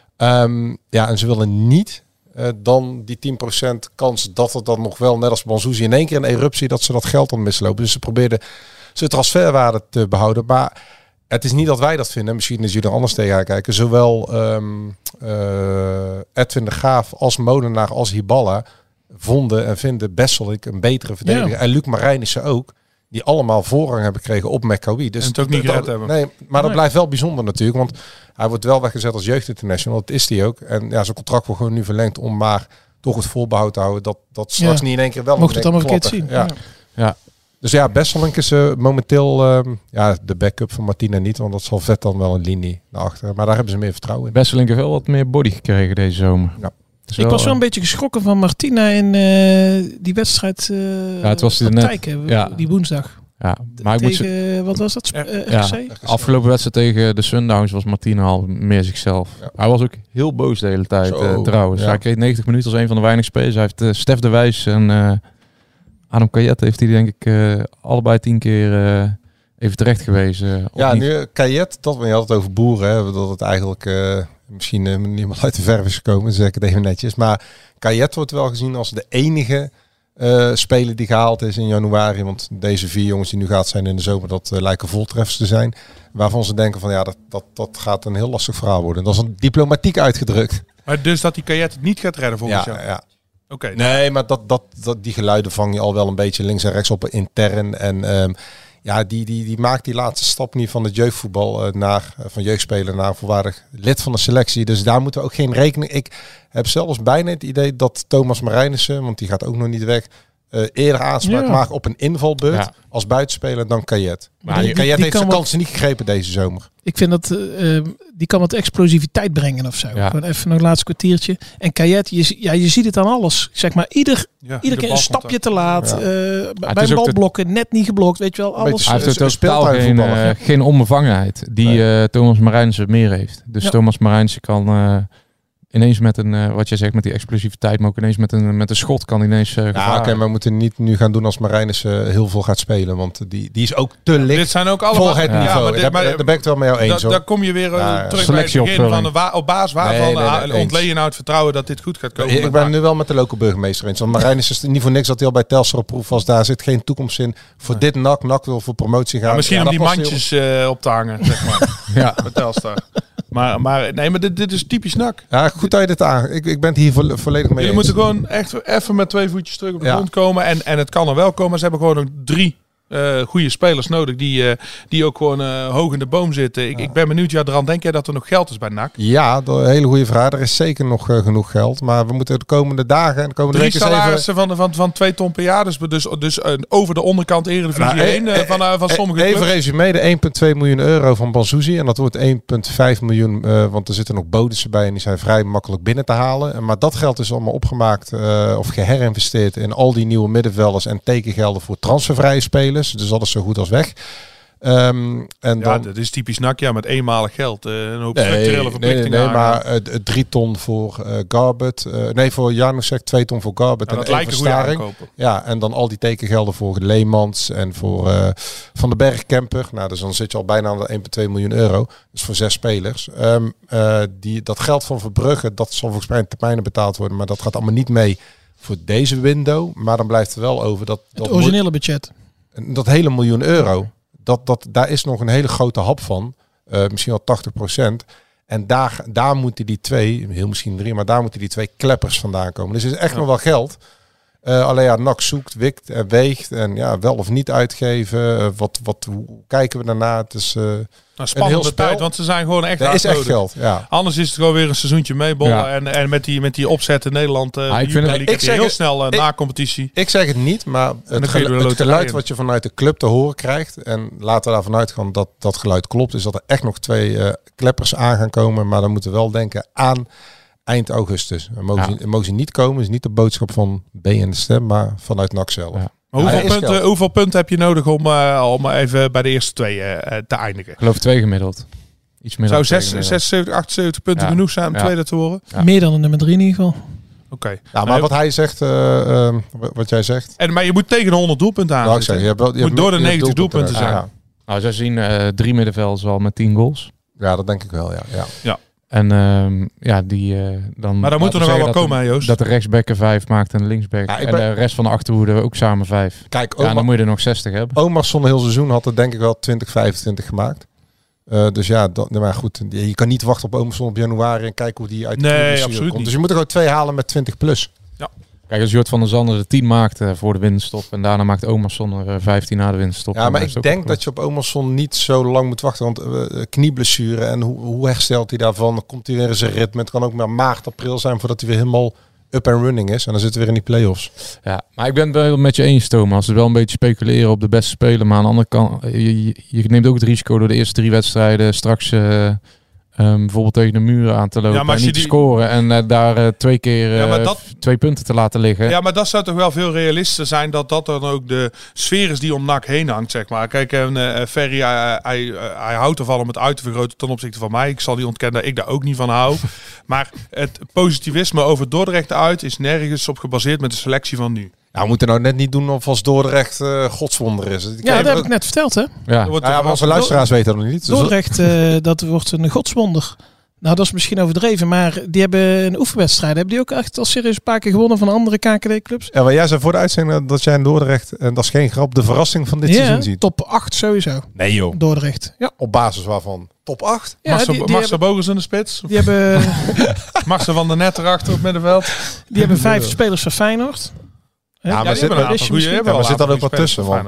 Um, ja, en ze willen niet uh, dan die tien procent kans dat het dan nog wel, net als Banzuzi, in één keer een eruptie, dat ze dat geld dan mislopen. Dus ze probeerden zijn transferwaarde te behouden. Maar het is niet dat wij dat vinden. Misschien is jullie er anders tegen kijken. Zowel um, uh, Edwin de Graaf als Molenaar als Hiballa vonden en vinden Besselink een betere verdediger. Ja. En Luc Marijnissen ook. Die allemaal voorrang hebben gekregen op Mekawi. Dus en het ook niet gered hebben. Nee, maar nee. dat blijft wel bijzonder natuurlijk. Want hij wordt wel weggezet als jeugdinternational. Dat is hij ook. En ja, zijn contract wordt gewoon nu verlengd om maar toch het voorbehoud te houden. Dat, dat straks ja. niet in één keer wel... Mocht het allemaal verkeerd zien. Ja. Ja. ja. Dus ja, Besselink is uh, momenteel um, ja, de backup van Martina niet. Want dat zal vet dan wel een linie naar achter. Maar daar hebben ze meer vertrouwen in. Besselink heeft wel wat meer body gekregen deze zomer. Ja. Ik wel, was wel een beetje geschrokken van Martina in uh, die wedstrijd uh, ja, het was die, net, ja. die woensdag. Ja, maar ik tegen, moet wat was dat? Uh, ja, R K C? Afgelopen wedstrijd tegen de Sundowns was Martina al meer zichzelf. Ja. Hij was ook heel boos de hele tijd uh, trouwens. Ja. Hij kreeg negentig minuten als een van de weinige spelers. Hij heeft uh, Stef de Wijs en uh, Adam Kayet heeft hij denk ik uh, allebei tien keer uh, even terecht gewezen. Ja, niet. Nu Kayet, dat we hadden het over boeren, hè, dat het eigenlijk... Uh, misschien uh, niemand uit de verf is gekomen, zeg ik het even netjes. Maar Kayet wordt wel gezien als de enige uh, speler die gehaald is in januari. Want deze vier jongens die nu gaat zijn in de zomer, dat uh, lijken voltreffers te zijn. Waarvan ze denken van ja, dat, dat, dat gaat een heel lastig verhaal worden. Dat is een diplomatiek uitgedrukt. Maar dus dat die Kayet het niet gaat redden volgens ja, jou? Ja, Oké. Okay, nee, maar dat, dat, dat, die geluiden vang je al wel een beetje links en rechts op intern. En um, Ja, die, die, die maakt die laatste stap niet van het jeugdvoetbal uh, naar uh, van jeugdspeler naar volwaardig lid van de selectie. Dus daar moeten we ook geen rekening. Ik heb zelfs bijna het idee dat Thomas Marijnissen, want die gaat ook nog niet weg, uh, eerder aanspraak ja. maakt op een invalbeurt ja. als buitenspeler dan Kajet. Maar die, Kajet die heeft zijn kansen niet gegrepen deze zomer. Ik vind dat uh, die kan wat explosiviteit brengen of zo. Ja. Gewoon even nog een laatste kwartiertje. En Kajet, je, ja, je ziet het aan alles. Zeg maar, ieder, ja, ieder keer een stapje te laat. Ja. Uh, ja, bij balblokken, net niet geblokt. Weet je wel, alles. Hij heeft ook totaal geen, uh, geen onbevangenheid die nee. uh, Thomas Marijnissen meer heeft. Dus ja. Thomas Marijnissen kan... Uh, ineens met een, uh, wat jij zegt, met die explosiviteit, maar ook ineens met een, met een schot kan ineens uh, ja, oké, okay, maar we moeten niet nu gaan doen als Marijnissen uh, heel veel gaat spelen, want die, die is ook te licht. Dit zijn ook allemaal het ja. niveau. Ja, dit, daar, maar, daar ben ik het wel met jou eens. Da, daar kom je weer uh, ja, terug bij het begin van de wa- op basis waarvan nee, nee, nee, ontleen je nou het vertrouwen dat dit goed gaat komen. Ik ben nu wel met de lokale burgemeester eens. Want Marijnissen is niet voor niks dat hij al bij Telstar op proef was. Daar zit geen toekomst in. Voor nee. dit N A C, N A C wil voor promotie gaan. Ja, misschien ja, om die mandjes uh, op te hangen, zeg maar. Ja, bij Telstar. Maar, maar nee, maar dit, dit is typisch N A C. Ja, goed dat je dit aan. Ik, ik ben het hier vo- volledig mee. Jullie moeten gewoon echt even met twee voetjes terug op de ja. grond komen. En, en het kan er wel komen. Ze hebben gewoon nog drie uh, goede spelers nodig. Die, uh, die ook gewoon uh, hoog in de boom zitten. Ik, ja. ik ben benieuwd, ja, Dran, denk jij dat er nog geld is bij N A C? Ja, een hele goede vraag. Er is zeker nog uh, genoeg geld. Maar we moeten de komende dagen en de komende drie weken salarissen even... van, van, van twee ton per jaar. Dus, dus, dus uh, over de onderkant Eredivisie nou, heen. Uh, van, uh, van sommige Even clubs. resume, de één komma twee miljoen euro van Banzuzi. En dat wordt één komma vijf miljoen. Uh, want er zitten nog bonussen bij. En die zijn vrij makkelijk binnen te halen. Maar dat geld is allemaal opgemaakt uh, of geherinvesteerd in al die nieuwe middenvelders en tekengelden voor transfervrije spelers. Dus dat is zo goed als weg. Um, en ja, dan... dat is typisch N A C, ja, met eenmalig geld. Uh, een hoop nee, structurele verplichtingen. Nee, nee, nee maar uh, drie ton voor uh, Garbert. Uh, nee, voor Janusek, twee ton voor Garbert. Ja, en dat lijkt een goede aankopen. Ja, en dan al die tekengelden voor Leemans en voor uh, Van den Berg Kemper. Nou, dus dan zit je al bijna aan de één komma twee miljoen euro. Dus voor zes spelers. Um, uh, die, dat geld van Verbrugge, dat zal volgens mij in termijnen betaald worden. Maar dat gaat allemaal niet mee voor deze window. Maar dan blijft er wel over dat... Het dat originele moet, budget. Dat hele miljoen euro. Dat, dat, daar is nog een hele grote hap van. Uh, misschien wel tachtig procent. En daar, daar moeten die twee, heel misschien drie, maar daar moeten die twee kleppers vandaan komen. Dus er is echt ja. nog wel geld. Uh, alleen ja, N A C zoekt, wikt en weegt. En ja, wel of niet uitgeven. Uh, wat, wat, hoe kijken we daarna? Het is... Uh, Nou, spannende tijd, want ze zijn gewoon echt hard nodig. Er is echt geld, ja. Anders is het gewoon weer een seizoentje meebollen. Ja. En, en met die, met die opzet in Nederland, uh, ah, ik vind het, ik zeg heel het, snel uh, na competitie. Ik zeg het niet, maar het, gelu- het geluid wat je vanuit de club te horen krijgt, en laten we daarvan uitgaan dat dat geluid klopt, is dat er echt nog twee uh, kleppers aan gaan komen. Maar dan moeten we wel denken aan eind augustus. We mogen, ja. ze, mogen ze niet komen, is niet de boodschap van B en de Stem, maar vanuit N A C zelf. Ja. Hoeveel, ja, punten, hoeveel punten heb je nodig om, uh, om even bij de eerste twee uh, te eindigen? Ik geloof twee gemiddeld. Iets meer Zou zes, zesenzeventig, achtenzeventig punten ja. genoeg zijn om ja. tweede te worden? Ja. Meer dan de nummer drie in ieder geval. Oké. Okay. Ja, maar wat hij zegt, uh, uh, wat jij zegt. En, maar je moet tegen de honderd doelpunten aan. Nou, zeg, je hebt wel, je moet hebt door de negentig doelpunten, doelpunten zijn. Ja. Nou, zij zien uh, drie middenvelders al met tien goals. Ja, dat denk ik wel, ja. ja. ja. En um, ja, die uh, dan. Maar dan moet er nog wel wat komen, hè, Joost? Dat de rechtsback er vijf maakt en de linksback. Ja, en ben... de rest van de achterhoede ook samen vijf. Kijk, ja, dan moet je er nog zestig hebben. Omarsson heel seizoen had er denk ik wel twintig, vijfentwintig gemaakt. Uh, dus ja, dat, maar goed, je kan niet wachten op Omarsson op januari en kijken hoe die uit de nee, absoluut komt. Niet. Dus je moet er gewoon twee halen met twintig plus. Ja. Kijk, als Jort van der Zanden de tien maakt uh, voor de winststop en daarna maakt Omarsson er uh, vijftien na de winststop. Ja, maar ik denk dat je op Omarsson niet zo lang moet wachten, want uh, knieblessure en hoe, hoe herstelt hij daarvan? Dan komt hij weer in zijn ritme. Het kan ook maar maart, april zijn voordat hij weer helemaal up and running is. En dan zitten we weer in die play-offs. Ja, maar ik ben het wel met je eens, Thomas. Het is wel een beetje speculeren op de beste speler. Maar aan de andere kant, je, je, je neemt ook het risico door de eerste drie wedstrijden straks uh, um, bijvoorbeeld tegen de muur aan te lopen ja, en niet die... te scoren. En uh, daar uh, twee keer uh, ja, dat... twee punten te laten liggen. Ja, maar dat zou toch wel veel realistischer zijn dat dat dan ook de sfeer is die om N A C heen hangt, zeg maar. Kijk, uh, Ferry, hij, hij, uh, hij houdt ervan om het uit te vergroten ten opzichte van mij. Ik zal niet ontkennen dat ik daar ook niet van hou. Maar het positivisme over Dordrecht uit is nergens op gebaseerd met de selectie van nu. Ja, we moeten nou net niet doen of als Dordrecht uh, godswonder is. Ik ja, dat heb ook... ik net verteld, hè? Ja, ja, ja maar onze luisteraars weten dat nog niet. Dordrecht, uh, dat wordt een godswonder. Nou, dat is misschien overdreven, maar die hebben een oefenwedstrijd. Hebben die ook echt al serieus een paar keer gewonnen van andere K K D-clubs? Ja, maar jij zei voor de uitzending dat jij in Dordrecht, en dat is geen grap, de verrassing van dit ja, seizoen ziet. Top acht sowieso. Nee joh. Dordrecht. Ja. Op basis waarvan? Top acht? Ja, Marcel, die, die Marcel hebben... Bogus in de spits? Die hebben... Marcel van der Net erachter op middenveld? Die hebben vijf spelers van Feyenoord. Ja, maar, ja, zit, maar, goeie, ja, maar zit dan ook wat tussen? Want...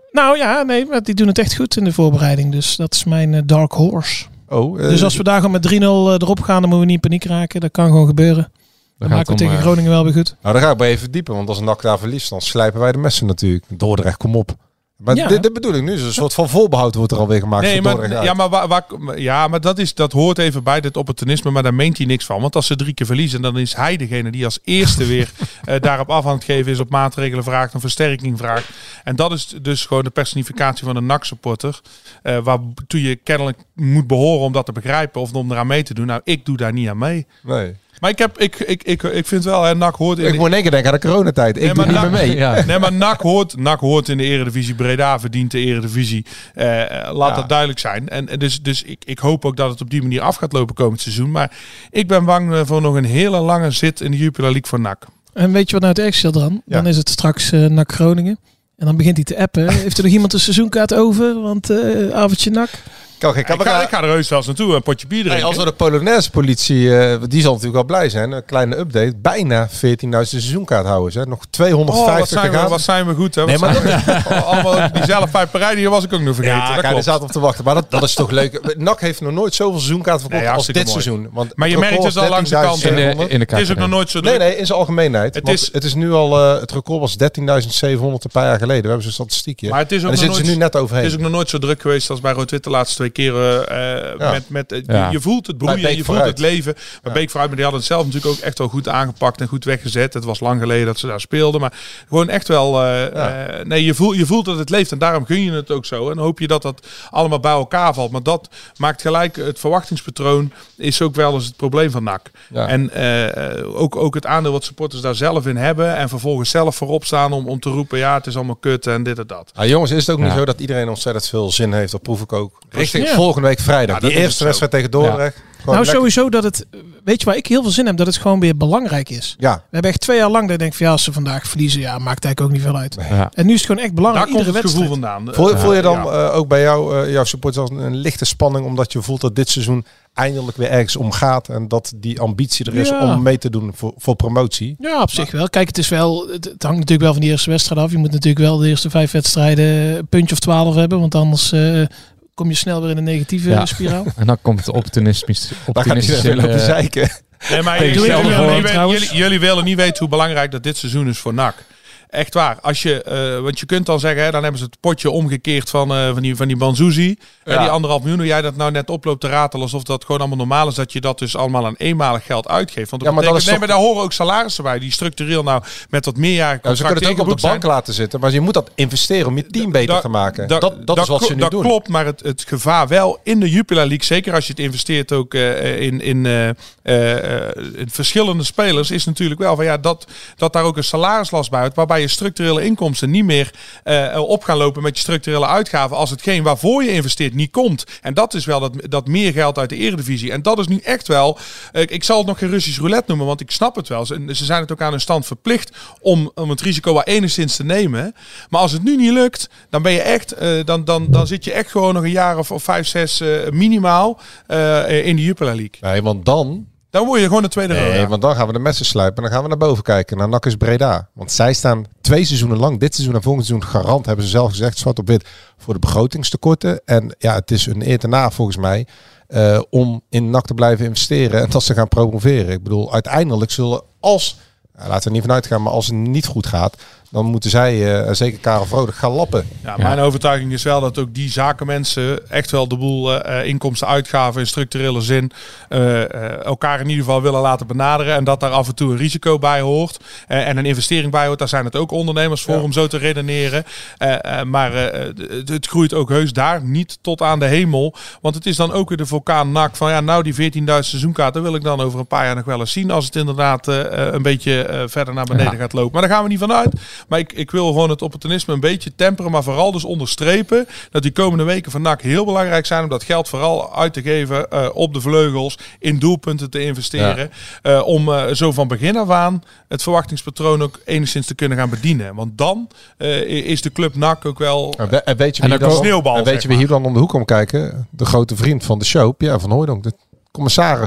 Nou ja, nee, maar die doen het echt goed in de voorbereiding. Dus dat is mijn uh, dark horse. Oh, uh, dus als we daar gewoon met drie nul erop gaan, dan moeten we niet in paniek raken. Dat kan gewoon gebeuren. Dan, dan maken we tegen uh, Groningen wel weer goed. Nou, dan ga ik maar even verdiepen. Want als een N A C daar verliest, dan slijpen wij de messen natuurlijk. Dordrecht, kom op. Maar ja. dit, dit bedoel ik nu. Dus een soort van voorbehoud wordt er alweer gemaakt. Nee, maar, ja, maar, waar, waar, ja, maar dat, is, dat hoort even bij dit opportunisme. Maar daar meent hij niks van. Want als ze drie keer verliezen, dan is hij degene die als eerste weer uh, daarop af aan het geven is. Op maatregelen vraagt, een versterking vraagt. En dat is dus gewoon de personificatie van een N A C-supporter. Uh, waartoe je kennelijk moet behoren om dat te begrijpen. Of om eraan mee te doen. Nou, ik doe daar niet aan mee. Nee. Maar ik, heb, ik, ik, ik, ik vind wel, hè, N A C hoort... In ik moet in één keer denken aan de coronatijd. Ik nee, doe niet N A C, meer mee. Ja. Nee, maar N A C hoort, N A C hoort in de Eredivisie. Breda verdient de Eredivisie. Uh, laat ja. dat duidelijk zijn. En, en dus, dus ik, ik hoop ook dat het op die manier af gaat lopen komend seizoen. Maar ik ben bang voor nog een hele lange zit in de Jupiler League voor N A C. En weet je wat nou het ergste dan? Ja. Dan is het straks uh, N A C Groningen. En dan begint hij te appen. Heeft er nog iemand een seizoenkaart over? Want uh, avondje N A C... Kan geen ik, ga, ik ga er heus zelfs naartoe, een potje bier drinken. Hey, als we de Polonaise politie, uh, die zal natuurlijk wel blij zijn. Een kleine update. Bijna veertienduizend seizoenkaarthouders. Hè. Nog tweehonderdvijftig oh, wat zijn, gegaan. we, wat zijn we goed, hè? Nee, maar dat... Allemaal die zelfpijperij, die was ik ook nog vergeten. Ja, dat kijk, er zaten op te wachten. Maar dat, dat is toch leuk. N A C heeft nog nooit zoveel seizoenkaarten verkocht nee, als dit mooi. seizoen. Want maar je merkt het al langs de kant. In de, in de het is ook nog nooit zo druk. Nee, nee, in zijn algemeenheid. Het is, het is nu al, uh, het record was dertienduizend zevenhonderd een paar jaar geleden. We hebben zo'n statistiekje. Maar het is ook en daar zitten ze nu net overheen. Het is ook nog nooit zo druk geweest als bij Rood-Wit de laatste twee keren. Uh, Ja. Met, met, ja. je, je voelt het broeien, je voelt het leven. Maar ja. Beek vooruit, maar die hadden het zelf natuurlijk ook echt wel goed aangepakt en goed weggezet. Het was lang geleden dat ze daar speelden. Maar gewoon echt wel... Uh, ja. uh, nee, je voelt, je voelt dat het leeft en daarom gun je het ook zo. En dan hoop je dat dat allemaal bij elkaar valt. Maar dat maakt gelijk... Het verwachtingspatroon is ook wel eens het probleem van N A C. Ja. En uh, ook, ook het aandeel wat supporters daar zelf in hebben. En vervolgens zelf voorop staan om, om te roepen... Ja, het is allemaal kut en dit en dat. Ah, jongens, is het ook ja. niet zo dat iedereen ontzettend veel zin heeft? Dat proef ik ook. Richting ja. volgende week vrijdag. Ja, die eerste wedstrijd tegen Dordrecht. Ja. Nou, lekker. Sowieso dat het... Weet je waar ik heel veel zin heb? Dat het gewoon weer belangrijk is. Ja. We hebben echt twee jaar lang dat ik denk van ja, als ze vandaag verliezen, ja, maakt eigenlijk ook niet veel uit. Ja. En nu is het gewoon echt belangrijk. Daar komt het wedstrijd. gevoel vandaan. Voel, voel je dan ja. uh, ook bij jou, uh, jouw supporters, een, een lichte spanning, omdat je voelt dat dit seizoen eindelijk weer ergens om gaat en dat die ambitie er is ja. om mee te doen voor, voor promotie? Ja, op zich wel. Kijk, het is wel, het, het hangt natuurlijk wel van die eerste wedstrijd af. Je moet natuurlijk wel de eerste vijf wedstrijden een puntje of twaalf hebben, want anders... Uh, kom je snel weer in een negatieve ja. spiraal. En dan komt het opportunisme. opportunistische op de zeiken. Nee, maar jullie, jullie, jullie, jullie, jullie willen niet weten hoe belangrijk dat dit seizoen is voor N A C. Echt waar. Als je, uh, want je kunt dan zeggen, hè, dan hebben ze het potje omgekeerd van, uh, van die, van die Banzuzi. Ja. Uh, die anderhalf miljoen. Hoe jij dat nou net oploopt te ratelen alsof dat gewoon allemaal normaal is. Dat je dat dus allemaal aan eenmalig geld uitgeeft. Want dat ja, maar, betekent, dat is nee, toch... maar daar horen ook salarissen bij. Die structureel nou met wat meerjarige contracten. Ja, ze kunnen het ook op de bank zijn. Laten zitten. Maar je moet dat investeren om je team beter da, te maken. Da, dat dat da, is wat ze nu dat doen. Dat klopt. Maar het, het gevaar wel in de Jupiler League. Zeker als je het investeert ook uh, in, in, uh, uh, in verschillende spelers. Is natuurlijk wel van ja, dat, dat daar ook een salarislast bij hoort. Waarbij je structurele inkomsten niet meer uh, op gaan lopen met je structurele uitgaven als hetgeen waarvoor je investeert niet komt. En dat is wel dat, dat meer geld uit de Eredivisie. En dat is nu echt wel, uh, ik zal het nog geen Russisch roulette noemen, want ik snap het wel. Ze, ze zijn het ook aan hun stand verplicht om, om het risico wel enigszins te nemen. Maar als het nu niet lukt, dan ben je echt, uh, dan, dan, dan zit je echt gewoon nog een jaar of, of vijf, zes uh, minimaal uh, in de Jupiler League. Nee, want dan... Dan word je gewoon de tweede Nee, rol, ja. want dan gaan we de messen slijpen en dan gaan we naar boven kijken. Naar N A C Breda. Want zij staan twee seizoenen lang, dit seizoen en volgend seizoen garant, hebben ze zelf gezegd, zwart op wit, voor de begrotingstekorten. En ja, het is een eer te na volgens mij uh, om in N A C te blijven investeren en dat ze gaan promoveren. Ik bedoel, uiteindelijk zullen als, nou, laten we er niet vanuit gaan, maar als het niet goed gaat, dan moeten zij, uh, zeker Karel Vrolijk, gaan lappen. Ja, mijn ja. overtuiging is wel dat ook die zakenmensen echt wel de boel uh, inkomsten, uitgaven in structurele zin uh, uh, elkaar in ieder geval willen laten benaderen. En dat daar af en toe een risico bij hoort. Uh, en een investering bij hoort. Daar zijn het ook ondernemers voor ja. om zo te redeneren. Uh, uh, maar uh, het, het groeit ook heus daar niet tot aan de hemel. Want het is dan ook weer de vulkaan N A C van ja, nou die veertienduizend seizoenkaarten wil ik dan over een paar jaar nog wel eens zien. Als het inderdaad uh, een beetje uh, verder naar beneden ja. gaat lopen. Maar daar gaan we niet vanuit. Maar ik, ik wil gewoon het opportunisme een beetje temperen. Maar vooral dus onderstrepen dat die komende weken van N A C heel belangrijk zijn. Om dat geld vooral uit te geven uh, op de vleugels. In doelpunten te investeren. Ja. Uh, om uh, zo van begin af aan het verwachtingspatroon ook enigszins te kunnen gaan bedienen. Want dan uh, is de club N A C ook wel uh, en weet je wie dan sneeuwbal. En weet je wie hier dan om de hoek komt kijken? De grote vriend van de show, Pierre van Hooijdonk. De commissaris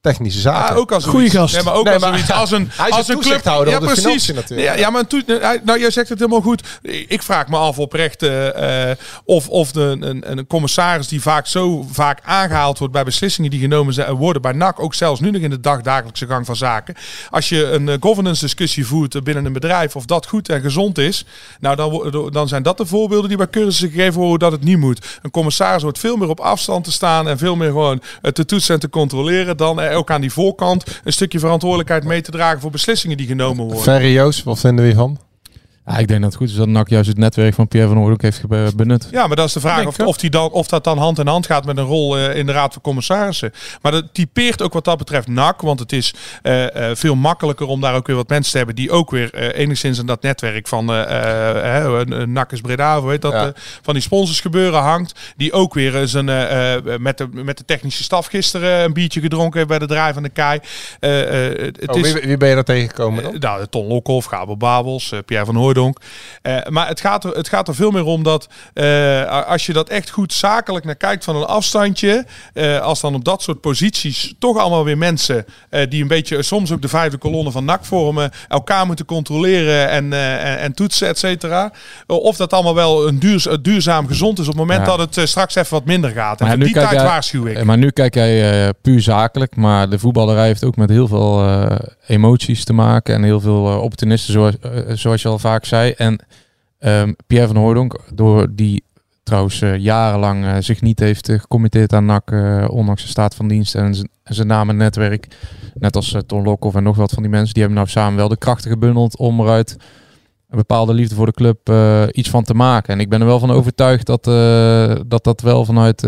technische zaken. Ja, ook als goede gast. Nee, maar ook nee, als, maar, iets, als een, hij is als een toezichthouder ja, op de precies. financiën natuurlijk. Ja, ja, maar toen, nou, jij zegt het helemaal goed. Ik vraag me af oprecht uh, of, of de, een, een commissaris die vaak zo vaak aangehaald wordt bij beslissingen die genomen zijn, worden bij N A C, ook zelfs nu nog in de dagdagelijkse gang van zaken. Als je een uh, governance discussie voert binnen een bedrijf of dat goed en gezond is, nou dan, dan zijn dat de voorbeelden die bij cursussen gegeven worden dat het niet moet. Een commissaris wordt veel meer op afstand te staan en veel meer gewoon te toetsen en te controleren dan er ook aan die voorkant een stukje verantwoordelijkheid mee te dragen voor beslissingen die genomen worden. Ferry Joost, wat vinden we hiervan? Ja, ik denk dat het goed is dat N A C juist het netwerk van Pierre van Hooijdonk heeft benut. Ja, maar dat is de vraag of, of, die dan, of dat dan hand in hand gaat met een rol uh, in de Raad van Commissarissen. Maar dat typeert ook wat dat betreft N A C, want het is uh, uh, veel makkelijker om daar ook weer wat mensen te hebben die ook weer uh, enigszins in dat netwerk van uh, uh, uh, N A C is Breda, hoe heet dat, ja. uh, van die sponsors gebeuren hangt. Die ook weer uh, zijn, uh, uh, met, de, met de technische staf gisteren een biertje gedronken heeft bij de draai van de kei. Uh, uh, het oh, is, wie, wie ben je daar tegengekomen dan? Uh, nou, Ton Lokhoff, Gabel Babels, uh, Pierre van Hooijdonk. Uh, maar het gaat, er, het gaat er veel meer om dat uh, als je dat echt goed zakelijk naar kijkt van een afstandje, uh, als dan op dat soort posities toch allemaal weer mensen uh, die een beetje soms ook de vijfde kolonne van N A C vormen, elkaar moeten controleren en, uh, en, en toetsen, et cetera. Uh, of dat allemaal wel een duur, duurzaam gezond is op het moment ja. dat het uh, straks even wat minder gaat. En die tijd jij, waarschuw ik. Maar nu kijk jij uh, puur zakelijk, maar de voetballerij heeft ook met heel veel uh, emoties te maken en heel veel uh, opportunisten, zoals, uh, zoals je al vaak zei. En um, Pierre van Hooijdonk, door die trouwens uh, jarenlang uh, zich niet heeft uh, gecommitteerd aan N A C, uh, ondanks zijn staat van dienst en zijn, en zijn naam en netwerk, net als uh, Ton Lokhoff en nog wat van die mensen, die hebben nou samen wel de krachten gebundeld om eruit een bepaalde liefde voor de club uh, iets van te maken. En ik ben er wel van overtuigd dat uh, dat, dat wel vanuit uh,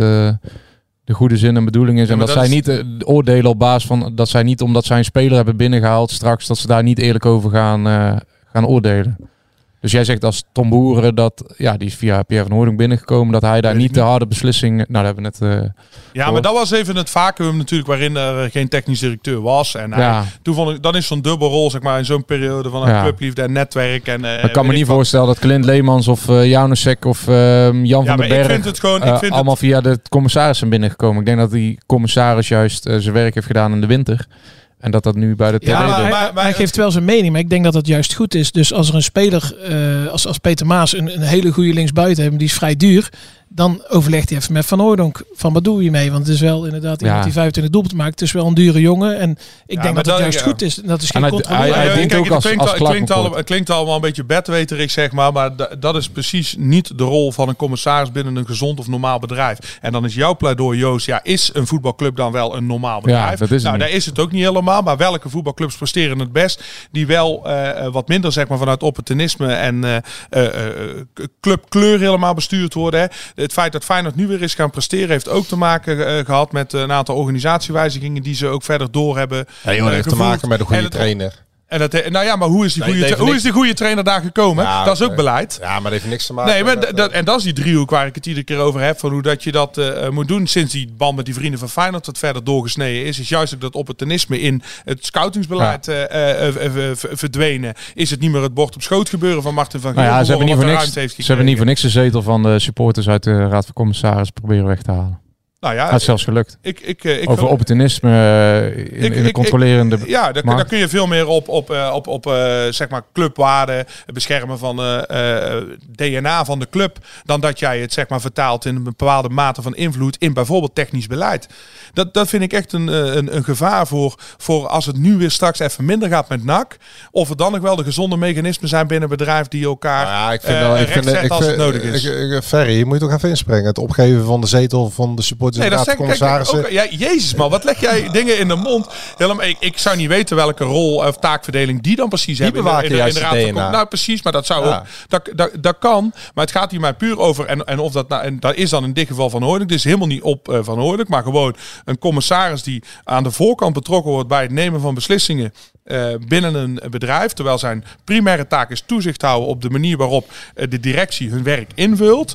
de goede zin en bedoeling is. Ja, en dat, dat zij is... niet uh, oordelen op basis van dat zij niet omdat zij een speler hebben binnengehaald straks, dat ze daar niet eerlijk over gaan, uh, gaan oordelen. Dus jij zegt als Tom Boeren dat, ja, die is via Pierre van Hooijdonk binnengekomen, dat hij daar niet de harde beslissing, nou, dat hebben we net. Uh, ja, voor. Maar dat was even het vacuüm natuurlijk waarin er geen technisch directeur was. En hij, ja. toen vond ik, dan is zo'n dubbelrol, zeg maar, in zo'n periode van een ja. clubliefde en netwerk. En, uh, ik kan me niet wat. voorstellen dat Clint Leemans of uh, Janusek of uh, Jan ja, van den Berg ik vind het gewoon, ik vind uh, allemaal het... via de commissaris zijn binnengekomen. Ik denk dat die commissaris juist uh, zijn werk heeft gedaan in de winter. En dat dat nu bij de ja, maar, maar, maar hij geeft wel zijn mening, maar ik denk dat dat juist goed is. Dus als er een speler, uh, als, als Peter Maas, een, een hele goede linksbuiten heeft, die is vrij duur, dan overlegt hij even met Van Hooijdonk van wat doe je mee? Want het is wel inderdaad iemand ja. die vijfentwintig doelpunten maakt. Het is wel een dure jongen. En ik ja, denk dat het juist ja. goed is. Dat is geen controle. Hij, hij, hij denkt ook als, als het, klinkt al, het klinkt allemaal een beetje bedweterig, zeg maar. Maar d- dat is precies niet de rol van een commissaris binnen een gezond of normaal bedrijf. En dan is jouw pleidooi, Joost, ja, is een voetbalclub dan wel een normaal bedrijf? Ja, dat is nou, daar is het ook niet helemaal. Maar welke voetbalclubs presteren het best? Die wel uh, wat minder, zeg maar, vanuit opportunisme en uh, uh, uh, clubkleur helemaal bestuurd worden. Hè. Het feit dat Feyenoord nu weer is gaan presteren heeft ook te maken uh, gehad met uh, een aantal organisatiewijzigingen die ze ook verder door hebben. Ja, joh, dat heeft te maken met een goede trainer. En dat, nou ja, maar hoe is die goede, tra- hoe is die goede trainer daar gekomen? Ja, dat is ook uh, beleid. Ja, maar dat heeft niks te maken. Nee, maar met, d- dat, en dat is die driehoek waar ik het iedere keer over heb. Van hoe dat je dat uh, moet doen. Sinds die band met die vrienden van Feyenoord wat verder doorgesneden is. Is juist ook dat opportunisme in het scoutingsbeleid ja. uh, uh, uh, uh, verdwenen. Is het niet meer het bord op schoot gebeuren van Martin van Geel. Nou ja, ze hebben niet voor niks, ze hebben niet voor niks de zetel van de supporters uit de Raad van Commissarissen proberen weg te halen. Nou ja, dat is zelfs gelukt. Ik, ik, ik, Over opportunisme in, ik, in de controlerende. Ik, ja, daar, daar kun je veel meer op, op, op, op uh, zeg maar clubwaarden, beschermen van uh, uh, D N A van de club, dan dat jij het, zeg maar, vertaalt in een bepaalde mate van invloed in bijvoorbeeld technisch beleid. Dat, dat vind ik echt een, een, een gevaar voor, voor als het nu weer straks even minder gaat met N A C. Of er dan nog wel de gezonde mechanismen zijn binnen bedrijf die elkaar nou ja, ik vind wel, uh, ik vind, ik als vind, het nodig is. Ik, ik, Ferry, je moet toch even inspringen. Het opgeven van de zetel van de supporters. Nee, dat zeg ik ook. Ja, Jezus man, wat leg jij dingen in de mond? Helemaal, ik, ik zou niet weten welke rol of taakverdeling die dan precies die hebben. Bewaken in de, in de, in de raad van, nou precies, maar dat zou ja. ook, dat, dat, dat kan. Maar het gaat hier maar puur over en, en of dat nou, en dat is dan in dit geval Van Hooijdonk. Het is helemaal niet op uh, Van Hooijdonk, maar gewoon een commissaris die aan de voorkant betrokken wordt bij het nemen van beslissingen uh, binnen een bedrijf, terwijl zijn primaire taak is toezicht houden op de manier waarop uh, de directie hun werk invult.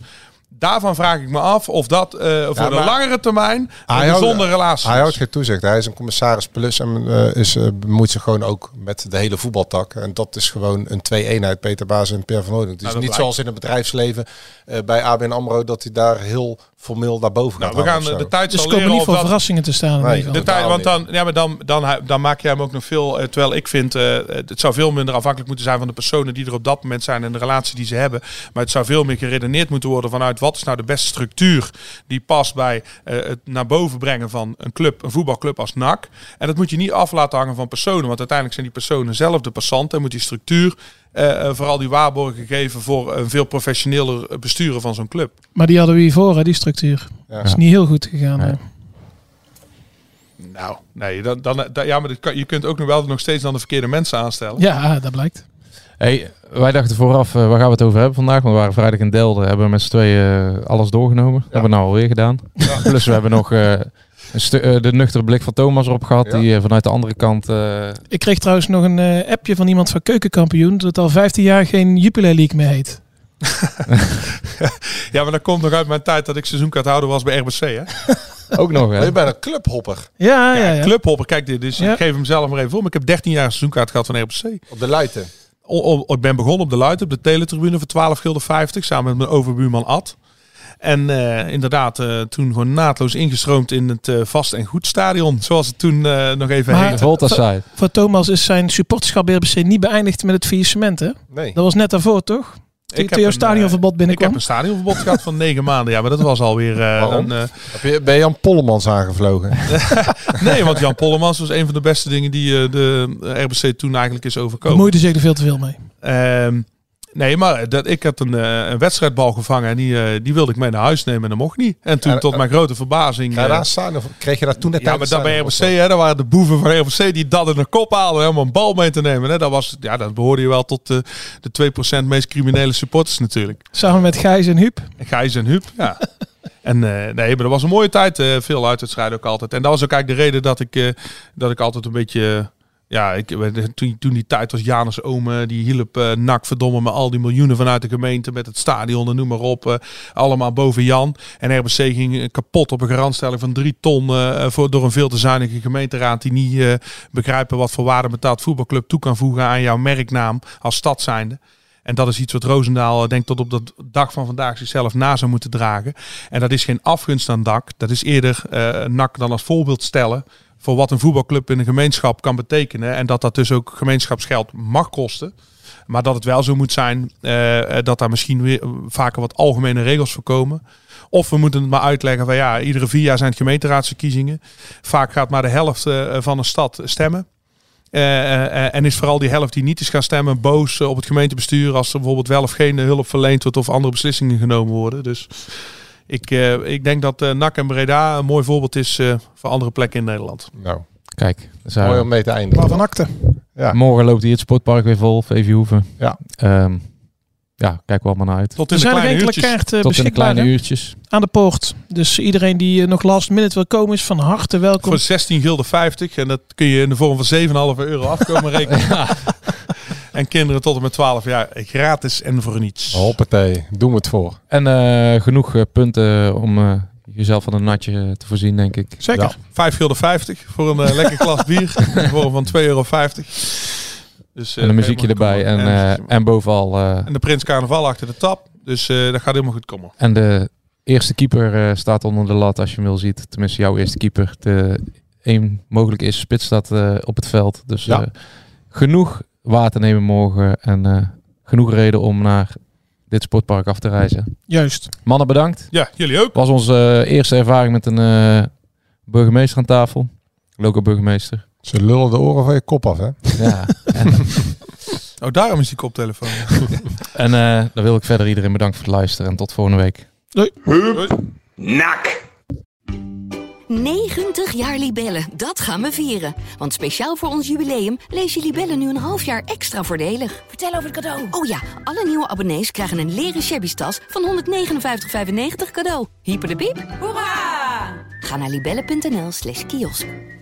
Daarvan vraag ik me af of dat uh, voor ja, de langere termijn een bijzondere relatie is. Hij houdt geen toezicht. Hij is een commissaris plus en uh, is, uh, bemoeit zich gewoon ook met de hele voetbaltak. En dat is gewoon een twee-eenheid, Peter Baas en Per van Hooydonk. Het is nou, niet blijkt. Zoals in het bedrijfsleven uh, bij A B N AMRO dat hij daar heel formeel naar boven gaat. Nou, we gaan de tijd dus zal komen leren niet voor dat... verrassingen te staan. Nee, de tijd, want dan, ja, maar dan, dan, dan maak je hem ook nog veel. Uh, terwijl ik vind, uh, het zou veel minder afhankelijk moeten zijn van de personen die er op dat moment zijn en de relatie die ze hebben. Maar het zou veel meer geredeneerd moeten worden vanuit wat is nou de beste structuur die past bij uh, het naar boven brengen van een club, een voetbalclub als N A C. En dat moet je niet af laten hangen van personen, want uiteindelijk zijn die personen zelf de passanten en moet die structuur Uh, vooral die waarborgen geven voor een veel professioneler besturen van zo'n club. Maar die hadden we hiervoor, hè, die structuur. Ja. Dat is niet heel goed gegaan. Nee. Nou, nee, dan, dan, dan, ja, maar dat kan, je kunt ook nog wel nog steeds dan de verkeerde mensen aanstellen. Ja, dat blijkt. Hey, wij dachten vooraf, uh, waar gaan we het over hebben vandaag? Want we waren vrijdag in Delden, hebben we met z'n tweeën uh, alles doorgenomen. Ja. Dat hebben we nou alweer gedaan. Ja. Plus we hebben nog... Uh, Een stu- uh, de nuchtere blik van Thomas erop gehad, ja. die uh, vanuit de andere kant... Uh... Ik kreeg trouwens nog een uh, appje van iemand van Keukenkampioen dat het al vijftien jaar geen Jupiler League meer heet. Ja, maar dat komt nog uit mijn tijd dat ik seizoenkaarthouder was bij R B C, hè? Ook nog, hè? Je bent een clubhopper. Ja, ja, ja. ja clubhopper, kijk dit. Dus ja. Ik geef hem zelf maar even voor. Maar ik heb dertien jaar seizoenkaart gehad van R B C. Op de Luiten? O, o, ik ben begonnen op de Luiten, op de teletribune voor twaalf gulden vijftig, samen met mijn overbuurman Ad. En uh, inderdaad, uh, toen gewoon naadloos ingestroomd in het uh, vast en goed stadion. Zoals het toen uh, nog even heette. Voor, voor Thomas is zijn supporterschap bij R B C niet beëindigd met het faillissement, hè? Nee. Dat was net daarvoor, toch? Toen, toen jouw stadionverbod binnenkwam. Ik heb een stadionverbod gehad van negen maanden. Ja, maar dat was alweer... Uh, een, uh... heb je, ben je Jan Pollemans aangevlogen? Nee, want Jan Pollemans was een van de beste dingen die uh, de R B C toen eigenlijk is overkomen. Bemoeide zich er veel te veel mee. Uh, Nee, maar dat, ik had een, uh, een wedstrijdbal gevangen en die, uh, die wilde ik mee naar huis nemen en dat mocht niet. En toen, ja, tot mijn grote verbazing... Ga je daar staan of kreeg je dat toen net? Ja, maar dat bij R B C, hè, dat waren de boeven van R B C die dat in de kop haalden om een bal mee te nemen. Hè. Dat, was, ja, dat behoorde je wel tot de, de twee procent meest criminele supporters natuurlijk. Samen met Gijs en Huub. Gijs en Huub, ja. En uh, nee, maar dat was een mooie tijd. Uh, veel uitwedstrijden ook altijd. En dat was ook eigenlijk de reden dat ik, uh, dat ik altijd een beetje... Uh, Ja, ik, toen, toen die tijd was Janus Ome, die hielp uh, N A C verdomme met al die miljoenen vanuit de gemeente, met het stadion en noem maar op. Uh, allemaal boven Jan. En R B C ging kapot op een garantstelling van drie ton uh, voor, door een veel te zuinige gemeenteraad die niet uh, begrijpen wat voor waarde betaald voetbalclub toe kan voegen aan jouw merknaam als stad zijnde. En dat is iets wat Roosendaal, denk tot op de dag van vandaag zichzelf na zou moeten dragen. En dat is geen afgunst aan N A C. Dat is eerder uh, N A C dan als voorbeeld stellen voor wat een voetbalclub in een gemeenschap kan betekenen. En dat dat dus ook gemeenschapsgeld mag kosten. Maar dat het wel zo moet zijn uh, dat daar misschien weer vaker wat algemene regels voor komen. Of we moeten het maar uitleggen van ja, iedere vier jaar zijn het gemeenteraadsverkiezingen. Vaak gaat maar de helft uh, van een stad stemmen. Uh, uh, en is vooral die helft die niet is gaan stemmen boos uh, op het gemeentebestuur als er bijvoorbeeld wel of geen hulp verleend wordt of andere beslissingen genomen worden. Dus ik, uh, ik denk dat uh, N A C en Breda een mooi voorbeeld is uh, voor andere plekken in Nederland. Nou, kijk. Mooi om mee te eindigen. Van akte. Ja. Morgen loopt hier het sportpark weer vol, V V Hoeven. Ja. Um, ja, kijk wel maar naar uit. Tot in er de zijn kleine er enkele uurtjes. kaarten Tot in de kleine hè? uurtjes. Aan de poort. Dus iedereen die nog last minute wil komen is van harte welkom. Voor zestien gulden vijftig. En dat kun je in de vorm van zeven komma vijf euro afkomen rekenen. Ja. En kinderen tot en met twaalf jaar gratis en voor niets. Hoppatee, doen we het voor. En uh, genoeg uh, punten om uh, jezelf van een natje te voorzien, denk ik. Zeker. Ja. vijf gulden vijftig voor een uh, lekker glas bier. In de vorm van twee euro vijftig. Dus, uh, en een muziekje erbij. En, uh, en bovenal... Uh, en de Prins Carnaval achter de tap. Dus uh, dat gaat helemaal goed komen. En de eerste keeper uh, staat onder de lat als je hem wil ziet. Tenminste, jouw eerste keeper. De één mogelijke eerste spits staat uh, op het veld. Dus ja. uh, genoeg water nemen morgen. En uh, genoeg reden om naar dit sportpark af te reizen. Juist. Mannen, bedankt. Ja, jullie ook. Was onze uh, eerste ervaring met een uh, burgemeester aan tafel. Local burgemeester. Ze lullen de oren van je kop af, hè? Ja. En... oh, daarom is die koptelefoon. En uh, dan wil ik verder iedereen bedanken voor het luisteren. En tot volgende week. Doei. Doei. N A C. negentig jaar Libellen, dat gaan we vieren. Want speciaal voor ons jubileum lees je Libellen nu een half jaar extra voordelig. Vertel over het cadeau. Oh ja, alle nieuwe abonnees krijgen een leren shabby tas van honderdnegenenvijftig vijfennegentig cadeau. Hyper de piep. Hoera! Ga naar libellen punt n l slash kiosk.